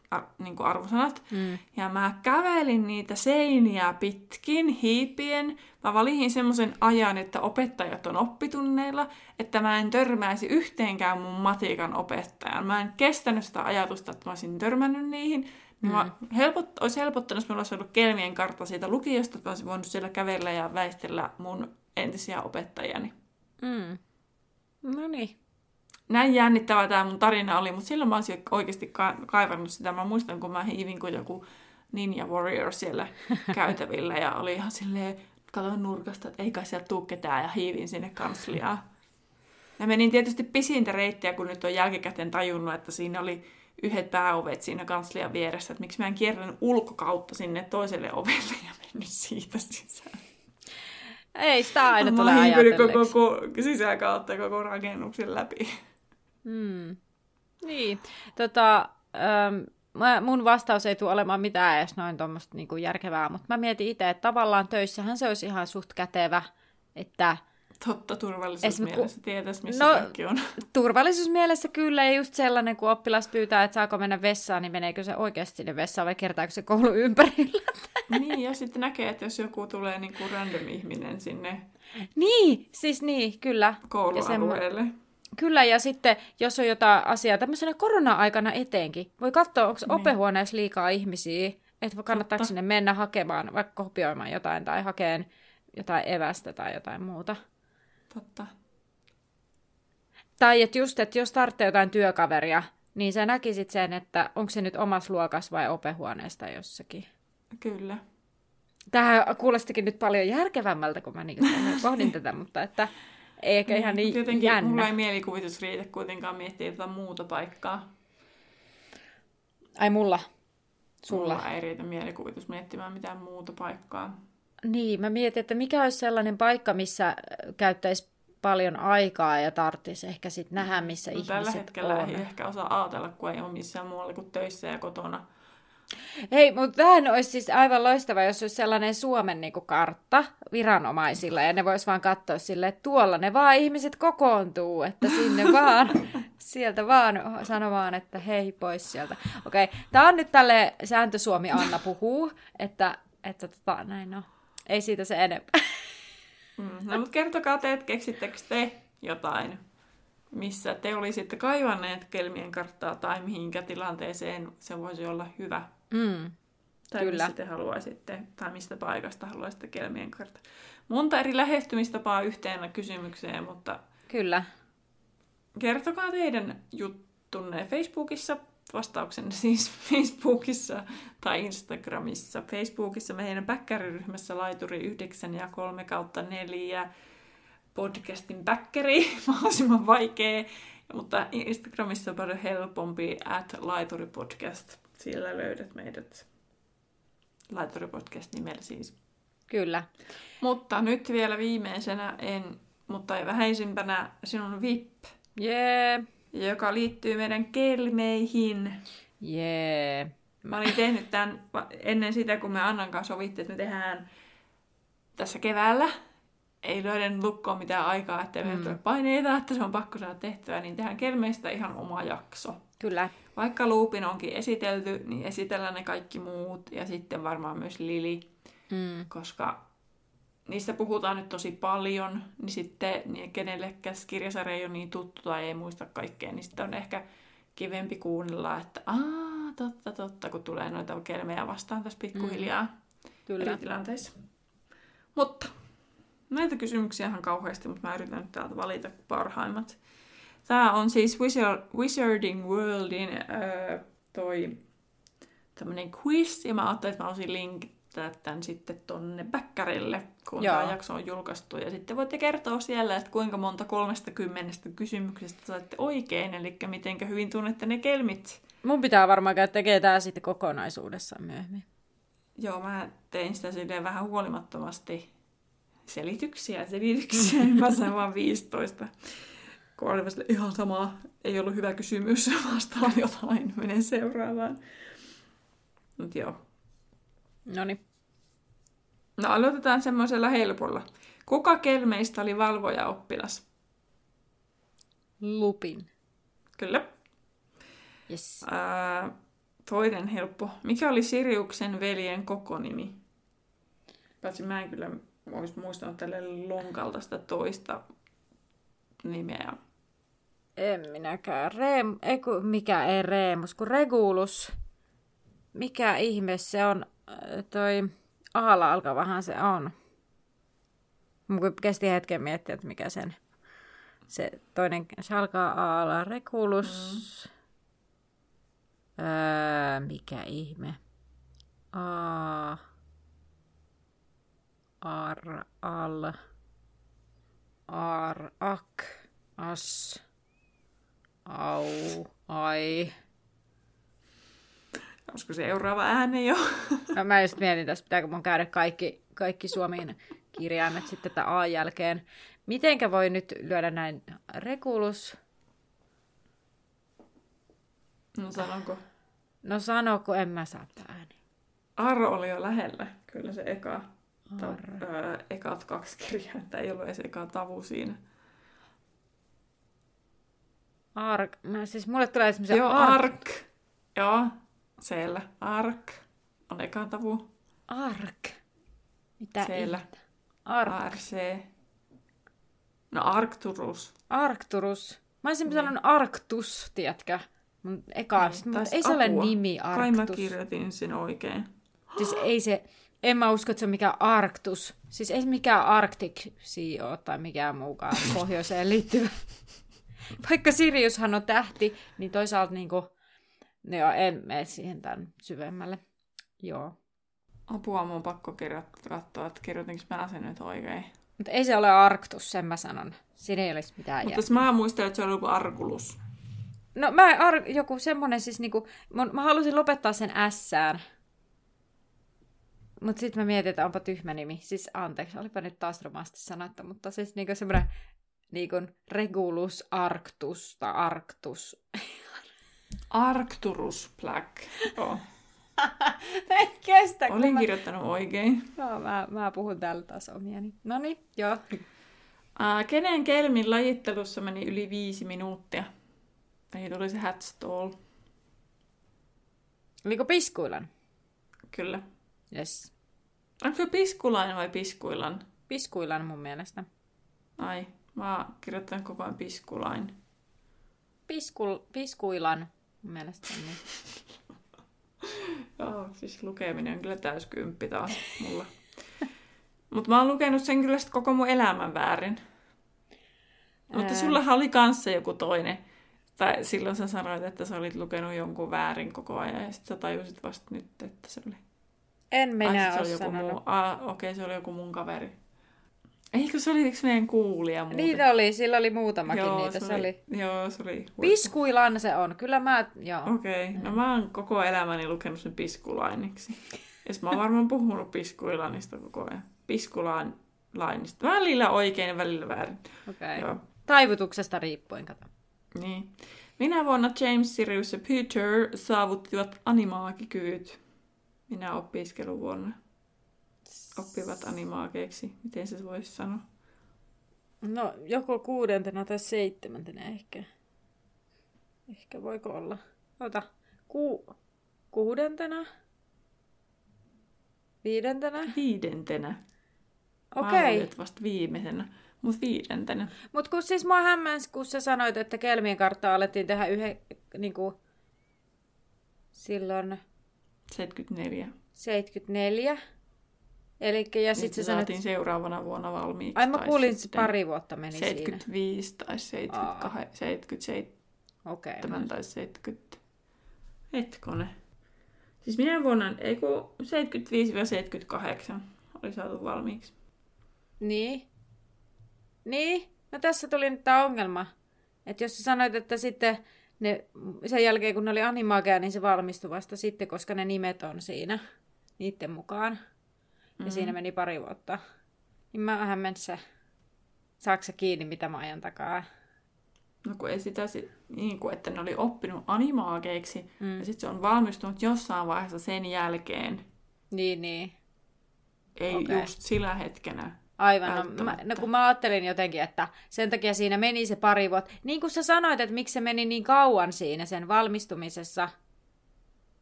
ar, niin kuin arvosanat. Mm. Ja mä kävelin niitä seiniä pitkin, hiipien. Mä valitin semmoisen ajan, että opettajat on oppitunneilla, että mä en törmäisi yhteenkään mun matikan opettajan. Mä en kestänyt sitä ajatusta, että mä olisin törmännyt niihin. Niin mä helpot, olisi helpottanut, jos meillä olisi ollut Kelmien kartta siitä lukiosta, että mä olisin voinut siellä kävellä ja väistellä mun entisiä opettajani. Mm. No niin. Näin jännittävä tämä mun tarina oli, mutta silloin mä olisin oikeasti ka- kaivannut sitä. Mä muistan, kun mä hiivin kuin joku Ninja Warrior siellä käytävillä ja oli ihan silleen, katsoin nurkasta, että ei kai sieltä tuu ketään ja hiivin sinne kansliaan. Ja menin tietysti pisintä reittiä, kun nyt on jälkikäteen tajunnut, että siinä oli yhdet pääovet siinä kanslian vieressä, että miksi mä en kiertänyt ulkokautta sinne toiselle ovelle ja mennyt siitä sisään. Ei sitä aina tule ajatelleeksi. Mä ajatelleeksi. koko, koko sisäkautta koko rakennuksen läpi. Hmm. Niin, tota, ähm, mun vastaus ei tule olemaan mitään edes noin tuommoista niinku järkevää, mutta mä mietin itse, että tavallaan töissähän se olisi ihan suht kätevä, että Totta, turvallisuusmielessä ku... tietäisi, missä no, kaikki on. Turvallisuusmielessä kyllä, ja just sellainen, kun oppilas pyytää, että saako mennä vessaan, niin meneekö se oikeasti sinne vessaan vai kertaako se koulu ympärillä? Niin, ja sitten näkee, että jos joku tulee niin kuin random ihminen sinne niin, siis niin, kyllä. koulualueelle. Semmo... Kyllä, ja sitten jos on jotain asiaa tämmöisenä korona-aikana eteenkin, voi katsoa, onko niin. opehuoneessa liikaa ihmisiä, että kannattaako sinne mennä hakemaan, vaikka kopioimaan jotain tai hakeen jotain evästä tai jotain muuta. Totta. Tai että just, että jos tarvitsee jotain työkaveria, niin sä näkisit sen, että onko se nyt omassa luokassa vai opehuoneesta jossakin. Kyllä. Tämähän kuulostikin nyt paljon järkevämmältä, kun mä niin pohdin tätä, mutta että ei ehkä ihan niin jotenkin jännä. Mulla ei mielikuvitus riitä kuitenkaan miettiä jotain muuta paikkaa. Ai mulla? Sulla? Mulla ei riitä mielikuvitus miettimään mitään muuta paikkaa. Niin, mä mietin, että mikä olisi sellainen paikka, missä käyttäisi paljon aikaa ja tarvitsisi ehkä sitten nähdä, missä no, ihmiset tällä hetkellä on. ei ehkä osaa ajatella, kun ei ole missään muualla kuin töissä ja kotona. Hei, mutta tämähän olisi siis aivan loistava, jos olisi sellainen Suomen niin kuin kartta viranomaisilla, ja ne vois vaan katsoa silleen, että tuolla ne vaan ihmiset kokoontuu, että sinne vaan, sieltä vaan sanomaan, että hei, pois sieltä. Okei, tämä on nyt tälle sääntö Suomi Anna puhuu, että, että tota, näin on. Ei siitä se enempää. Mm, no, mutta kertokaa te, että keksittekö te jotain, missä te olisitte kaivanneet Kelmien karttaa tai mihinkä tilanteeseen se voisi olla hyvä. Mm, tai kyllä. missä te haluaisitte, tai mistä paikasta haluaisitte Kelmien karttaa. Monta eri lähestymistapaa yhteen kysymykseen, mutta kyllä. Kertokaa teidän juttunne Facebookissa, vastauksenne siis Facebookissa tai Instagramissa. Facebookissa meidän päkkäriryhmässä Laituri yhdeksän ja kolme kautta neljä podcastin päkkäri, mahdollisimman vaikea, mutta Instagramissa on paljon helpompi at laituripodcast. Siellä löydät meidät Laituripodcast nimellä siis. Kyllä. Mutta nyt vielä viimeisenä, en, mutta ei vähäisimpänä, sinun V I P. Jee. Yeah. Joka liittyy meidän kelmeihin. Jee. Yeah. Mä olin tehnyt tämän ennen sitä, kun me Annan kanssa sovittiin, että me tehdään tässä keväällä. Ei löydän lukkoon mitään aikaa, ettei meillä mm. tule paineita, että se on pakko saada tehtyä, niin tehdään kelmeistä ihan oma jakso. Kyllä. Vaikka Loopin onkin esitelty, niin esitellään ne kaikki muut ja sitten varmaan myös Lili, mm. koska niistä puhutaan nyt tosi paljon, niin sitten niin kenellekään kirjasarja ei ole niin tuttu tai ei muista kaikkea, niin sitten on ehkä kivempi kuunnella, että aah, totta, totta, kun tulee noita kelmejä vastaan tässä pikkuhiljaa mm. Kyllä. eri tilanteissa. Mutta näitä kysymyksiä on kauheasti, mutta mä yritän nyt täältä valita parhaimmat. Tämä on siis Wizard, Wizarding Worldin äh, toi tämmönen quiz, ja mä ajattelin, että mä olisin linkittää tämän sitten tonne Bäkkärille, kun Joo. tämä jakso on julkaistu. Ja sitten voitte kertoa siellä, että kuinka monta kolmesta kymmenestä kysymyksestä saitte oikein, eli mitenkä hyvin tunnette ne kelmit. Mun pitää varmaan käydä tekemään tää sitten kokonaisuudessaan myöhemmin. Joo, mä tein sitä silleen vähän huolimattomasti selityksiä, selityksiä, niin mä sain vaan viisitoista. Kun oli ihan sama, ei ollut hyvä kysymys, vastaan jotain, menen seuraavaan. Mut joo. Noniin. No aloitetaan semmoisella helpolla. Kuka kelmeistä oli valvoja-oppilas? Lupin. Kyllä. Yes. Ää, Toinen helppo. Mikä oli Siriuksen veljen kokonimi? Paitsi mä en kyllä olisi muistanut tälle lonkalta sitä toista nimeä. En minäkään. Reem... Ei, kun... Mikä ei Reemus, kun Regulus. Mikä ihme se on? Toi Aalla alkavahan se on. Mun kesti hetken miettiä, että mikä sen... Se toinen, se alkaa Aalla. Regulus. Mm. Öö, mikä ihme? A... Ar... Al... Ar... Ak... As... Au... Ai... Olisiko seuraava ääni jo? No, mä just mietin tässä, pitääkö mun käydä kaikki, kaikki suomen kirjaimet sitten tätä A jälkeen. Mitenkä voi nyt lyödä näin? Regulus... No sanonko? No sano, kun en mä saa tää ääni. Arro oli jo lähellä. Kyllä se eka, ta, ö, ekat kaksi kirjainta. Ei ollut edes eka tavu siinä. Ark. Mä, siis mulle tulee semmoisia Joo, ark. ark. Joo, siellä. Ark on eka tavu. Ark. Mitä siellä. ihmettä? Ark. A R C. No Arcturus. Arcturus. Mä olisin niin. sanonut Arctus, tiedätkö? Mun eka, Niin, mutta ei se ole nimi Arctus. Kai mä kirjoitin sen oikein. Siis ei se, en mä usko, että se on mikään Arctus. Siis ei se mikään Arctic Sea ole tai mikään muukaan pohjoiseen liittyvä. Vaikka Siriushan on tähti, niin toisaalta niinku, no joo, en mene siihen tämän syvemmälle. Joo. Apua, mun on pakko katsoa, että kirjoitinko mä sen nyt oikein. Mutta ei se ole Arctus, sen mä sanon. Siinä ei olisi mitään Mutta järkeä. mä muistelin, että se oli joku Arkulus. No mä, ar, joku semmonen siis niinku, mun, mä halusin lopettaa sen ässään. Mut sit mä mietin, että onpa tyhmä nimi. Siis anteeksi, olipa nyt taas romaasti sanottu, mutta siis niinku semmonen niinku Regulus Arctus tai Arctus. Arcturus Black. Oh. En kestä, Olin mä... kirjoittanut oikein. No, mä, mä puhun täällä taas omiani. Noniin, joo. Uh, kenen kelmin lajittelussa meni yli viisi minuuttia? Eli tuli se Hatstall. Oliko Piskuilan? Kyllä. Yes. Onko se Piskulainen vai Piskuilan? Piskuilan mun mielestä. Ai, mä oon kirjoittanut koko ajan Piskulain. Piskul, piskuilan mun mielestä. Niin. Joo, siis lukeminen on kyllä täyskymppi taas mulla. Mutta mä oon lukenut sen kyllä sit koko mun elämän väärin. Mutta sullahan oli kanssa joku toinen. Tai silloin sä sanoit, että sä olit lukenut jonkun väärin koko ajan. Ja sit sä tajusit vasta nyt, että se oli... En minä Ai, ole sanonut. Muu... Ah, okei, okay, se oli joku mun kaveri. Eikö se oli yksi meidän kuulija muuten? Niin oli, sillä oli muutamakin joo, niitä. Se oli... Joo, se oli... Piskuilan se on, kyllä mä... Okei, okay. No mä oon koko elämäni lukenut sen Piskulainiksi. Ja mä oon varmaan puhunut Piskuilanista koko ajan. Piskulainista. Välillä oikein ja välillä väärin. Okei. Okay. Taivutuksesta riippuen, kato. Niin. Minä vuonna James, Sirius ja Peter saavuttivat animaagikyvyt. Minä opiskeluvuonna. Oppivat animaageiksi. Miten se voisi sanoa? No, joko kuudentena tai seitsemäntenä ehkä. Ehkä voiko olla. Ota. Ku... Kuudentena? Viidentenä? Viidentenä. Okei. Okay. Vasta viimeisenä. Mutta viidentenä. Mutta kun siis mua hämmäsi, kun sä sanoit, että kelmien karttaa alettiin tehdä yhden, niinku, silloin... seitsemänkymmentäneljä. seitsemänkymmentäneljä. Elikkä, ja sitten se sä saatiin sanoit... seuraavana vuonna valmiiksi. Ai mä kuulin, että pari vuotta meni seitsemänkymmentäviisi siinä. tai seitsemänkymmentäkahdeksan, seitsemänkymmentäseitsemän okay, tai seitsemänkymmentä. Hetkone. Siis minä vuonna, ei kun seitsemänkymmentäviisi seitsemänkymmentäkahdeksan oli saatu valmiiksi. Niin. Niin. No tässä tuli nyt tää ongelma. Että jos sä sanoit, että sitten ne, sen jälkeen kun ne oli animaageja, niin se valmistui vasta sitten, koska ne nimet on siinä niiden mukaan. Ja mm-hmm. siinä meni pari vuotta. Niin mä vähän mennessä, saako sä kiinni, mitä mä ajan takaa? No kun ei sitä, niin kuin, että ne oli oppinut animaageiksi, mm. ja sitten se on valmistunut jossain vaiheessa sen jälkeen. Niin, niin. Ei okay. Just sillä hetkenä. Aivan, no, mä, no kun mä ajattelin jotenkin, että sen takia siinä meni se pari vuotta. Niin kuin sä sanoit, että miksi se meni niin kauan siinä sen valmistumisessa.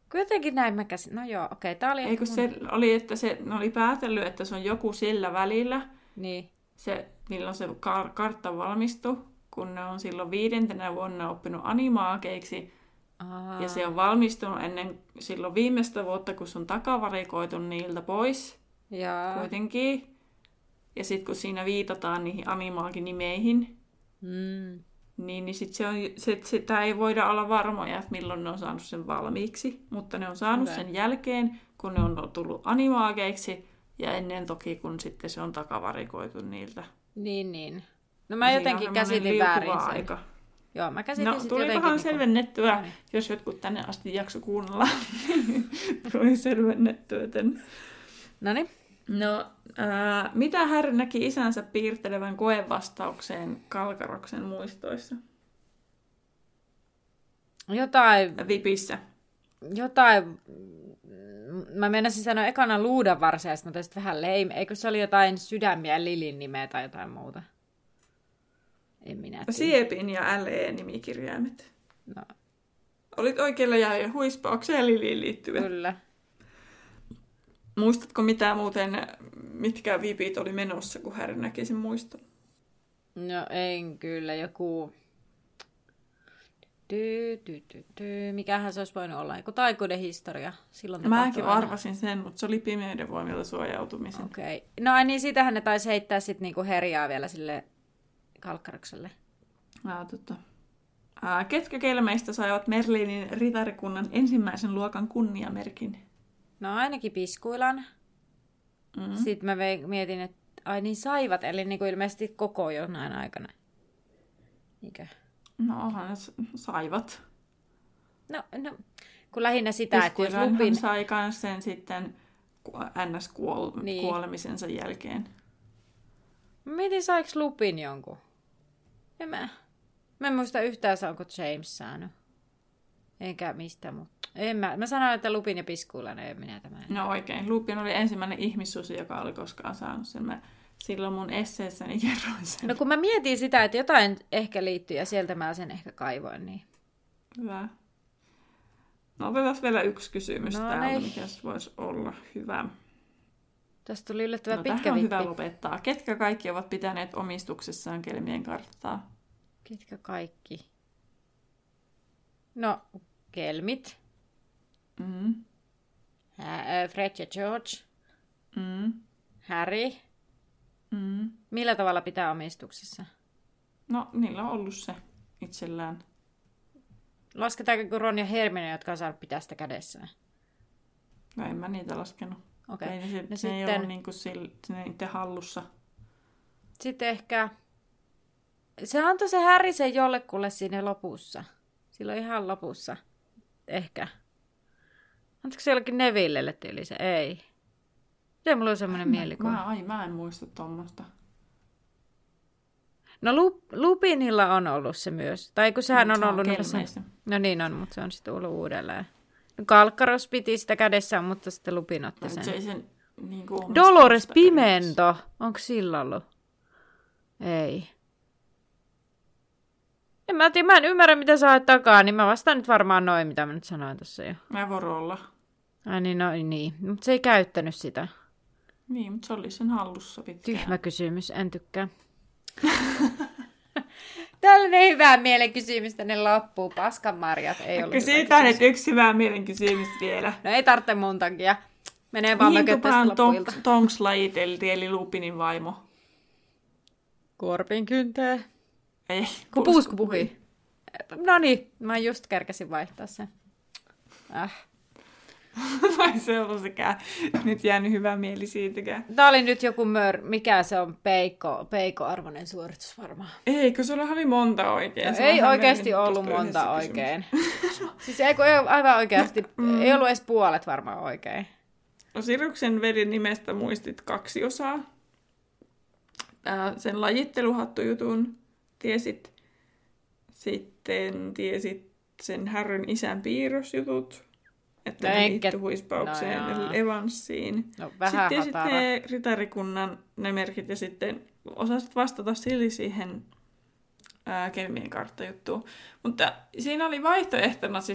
Kun jotenkin näin mä käsin. No joo, okei, tää oli... Eikö mun... se oli, että se, ne oli päätellyt, että se on joku sillä välillä, Niin. se, milloin se kar- kartta valmistui, kun ne on silloin viidentenä vuonna oppinut animaakeiksi, Aa. ja se on valmistunut ennen silloin viimeistä vuotta, kun se on takavarikoitu niiltä pois Jaa. kuitenkin. Ja sitten kun siinä viitataan niihin animaakinimeihin, Mm. niin, niin sit se on, se, sitä ei voida olla varmoja, että milloin ne on saanut sen valmiiksi. Mutta ne on saanut Hyvä. sen jälkeen, kun ne on tullut animaakeiksi, ja ennen toki, kun sitten se on takavarikoitu niiltä. Niin, niin. No mä Siinä jotenkin on käsitin semmoinen väärin liukuva sen. aika. Joo, mä käsitin No, sitten tulikohan jotenkin... Niin selvennettyä, No niin. jos jotkut tänne asti jakso kuunnella. Tuli selvennettyä tänne. Noniin. No, ää, mitä Harry näki isänsä piirtelevän koevastaukseen Kalkaroksen muistoissa? Jotain... Vipissä. Jotain... Mä meinasin sanoa ekana luudan varsia, mutta tästä vähän lame. Eikö se oli jotain sydämiä Lilin nimeä tai jotain muuta? En minä tiedä. Siepin ja L E-nimikirjaimet. No, Olit oikealla ja huispaukseen ja Liliin liittyvät. kyllä. Muistatko mitään muuten, mitkä vipit oli menossa, kun Harry näki sen muiston? No en kyllä, joku... Ty, ty, ty, ty. Mikähän se olisi voinut olla? Joku taikuuden historia. Silloin Mäkin tapahtui aina. arvasin sen, mutta se oli pimeyden voimilta suojautumisen. Okei. Okay. No ai niin, siitähän ne taisi heittää sitten niinku herjaa vielä sille Kalkkarakselle. Aa, tota. Ää, ketkä kelmeistä saivat Merlinin ritarikunnan ensimmäisen luokan kunniamerkin? No ainakin Piskuilan. Mm. Sitten mä vei- mietin, että ai niin saivat, eli niinku ilmeisesti koko jonain aikana. Niinkö? No onhan ne s- saivat. No, no, kun lähinnä sitä, että jos Piskuilanhan Lupin... sai kans sen sitten N S-kuolemisensa Niin. kuolemisensa jälkeen. Mä mietin, saiko Lupin jonkun? En mä... Mä en muista yhtään, onko James saanut. Enkä mistä, mutta... En mä. Mä sanoin, että Lupin ja Piskuilan ei minä tämän. No oikein. Lupin oli ensimmäinen ihmissusi, joka oli koskaan saanut sen. Mä silloin mun esseessäni kerroin sen. No kun mä mietin sitä, että jotain ehkä liittyy ja sieltä mä sen ehkä kaivoin, niin... Hyvä. No otetaan vielä yksi kysymys No täältä, niin. mikä se voisi olla hyvä. Tästä tuli yllättävän No, pitkä tähän on vippi. hyvä lopettaa. Ketkä kaikki ovat pitäneet omistuksessaan Kelmien karttaa? Ketkä kaikki? No, Kelmit, Mm. Ä- Fred ja George, Mm. Harry. Mm. Millä tavalla pitää omistuksessa? No, niillä on ollut se itsellään. Lasketaanko Ron ja Hermione, jotka on saanut pitää sitä kädessään? No en mä niitä laskenut. Okei. Ei, ne, se, No ne sitten- ei ollut niinku sil, ne itse hallussa. Sitten ehkä... Se antoi se Harry sen jollekulle siinä lopussa. Silloin ihan lopussa. Ehkä. Antaiko se jollekin Nevillelle tyyli se? Ei. Se mulla on semmoinen mielikuva. Mä, ai, mä en muista tuommoista. No Lu- Lupinilla on ollut se myös. Tai kun sehän Mut on se on ollut... niissä- kelmeissä. No niin on, mutta se on sitten ollut uudelleen. Kalkkaros piti sitä kädessään, mutta sitten Lupin otti Mut se sen. ei sen niinku omistusta Dolores kädessä. Pimento. Onko sillä ollut? Ei. En mä tiedä, mä en ymmärrä mitä sä oot takaa, niin mä vastaan nyt varmaan noin, mitä mä nyt sanoin tuossa jo. Mä voin olla. Ai niin, no niin. Mutta se ei käyttänyt sitä. Niin, mutta se oli sen hallussa pitkään. Tyhmä kysymys, en tykkää. Tällainen hyvä mielen kysymys tänne loppuu. Paskanmarjat ei ollut hyvä Kysytään kysymys. nyt yksi hyvä mielen kysymys vielä. No ei tarvitse mun takia. Menee vaan Mihin mököttäistä tupaan loppuilta. Tonks, Tonks lajiteltiin, eli Lupinin vaimo? Korpin kyntää. Ei. Kun puusku puhui. No niin, mä just kärkäsin vaihtaa sen. Äh. Vai se ollut sekään nyt jäänyt hyvä mieli siitäkään. Tää oli nyt joku mör... Mikä se on? Peikko, peikko-arvoinen suoritus varmaan. Eikö, sulla oli monta oikein. No, Se ei vähän oikeasti mennyt ollut tuosta monta yhdessä oikein. Siis ei, kun ei aivan oikeasti. Mm. Ei ollut edes puolet varmaan oikein. No Siruksen velin nimestä muistit kaksi osaa. Ää, sen lajitteluhattujutun tiesit. Sitten tiesit sen Harryn isän piirrosjutut. Että No ne enkä- liittyi huispaukseen no joo. Evanssiin. No vähän Sitten tiesit hatara. ne ritarikunnan ne merkit ja sitten osasit vastata silti siihen ää, Kelmien karttajuttuun. Mutta siinä oli vaihtoehtona siis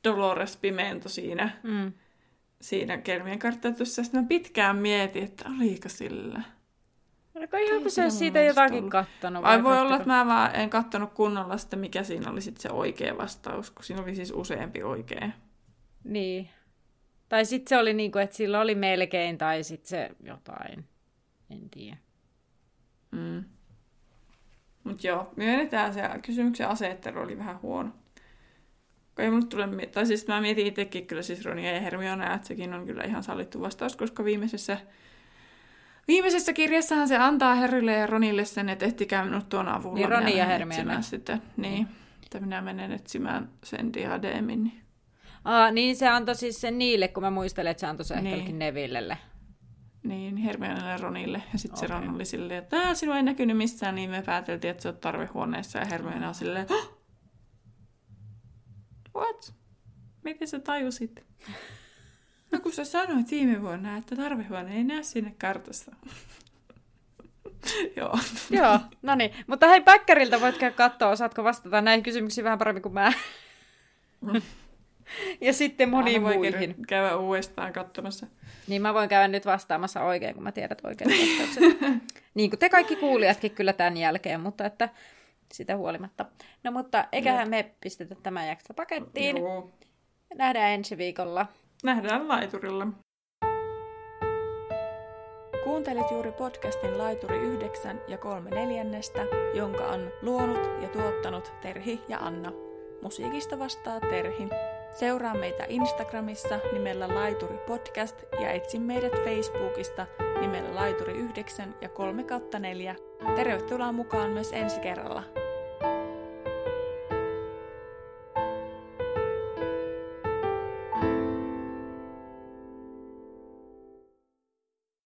Dolores Pimento siinä, Mm. siinä Kelmien karttatussa. Sitten mä pitkään mietin, että oliko sillä. Oliko ihan kun se sillä olisi siitä mulla jotakin ollut. kattonut? Vai voi olla, että mä vaan en kattonut kunnolla sitä, mikä siinä oli sit se oikea vastaus, kun siinä oli siis useampi oikea. Niin. Tai sitten se oli niin kuin, että sillä oli melkein, tai sitten se jotain. En tiedä. Mm. Mut joo, myönnetään se kysymyksen asettelu oli vähän huono. Ei mulle tule, tai siis mä mietin itsekin kyllä siis Ronia ja Hermione, että sekin on kyllä ihan sallittu vastaus, koska viimeisessä, viimeisessä kirjassahan se antaa Harrylle ja Ronille sen, että ehtikää minut tuon avulla. Niin Roni minä ja menen Hermione. etsimään Sitä. Niin, että minä menen etsimään sen diadeemin. Niin. Aa, niin se antoi siis sen niille, kun mä muistelen, että se antoi se Niin. ehkä jollekin Nevillelle. Niin, Hermionelle ja Ronille. Ja sitten Okei. se Ron oli silleen, että tää sinua ei näkynyt missään, niin me pääteltiin, että se on tarvehuoneessa. Ja Hermione on silleen, Hah! What? Miten sä tajusit? No kun sä sanoit viime vuonna, että tarvehuone ei näe sinne kartassa. Joo. Joo, no niin. Mutta hei, Päkkäriltä voit käydä katsoa, osaatko vastata näihin kysymyksiin vähän paremmin kuin mä. Ja sitten moniin Aina voi muihin. käydä- käydä uudestaan katsomassa. Niin mä voin käydä nyt vastaamassa oikein, kun mä tiedän oikein vastaukset. Niin kuin te kaikki kuulijatkin kyllä tämän jälkeen, mutta että sitä huolimatta. No mutta eiköhän me pistetä tämän jakso pakettiin. Joo. Nähdään ensi viikolla. Nähdään laiturilla. Kuuntelet juuri podcastin Laituri yhdeksän ja kolme neljännestä, jonka on luonut ja tuottanut Terhi ja Anna. Musiikista vastaa Terhi. Seuraa meitä Instagramissa nimellä Laituri Podcast ja etsi meidät Facebookista nimellä Laituri yhdeksän ja kolme kautta neljä. Tervetuloa mukaan myös ensi kerralla.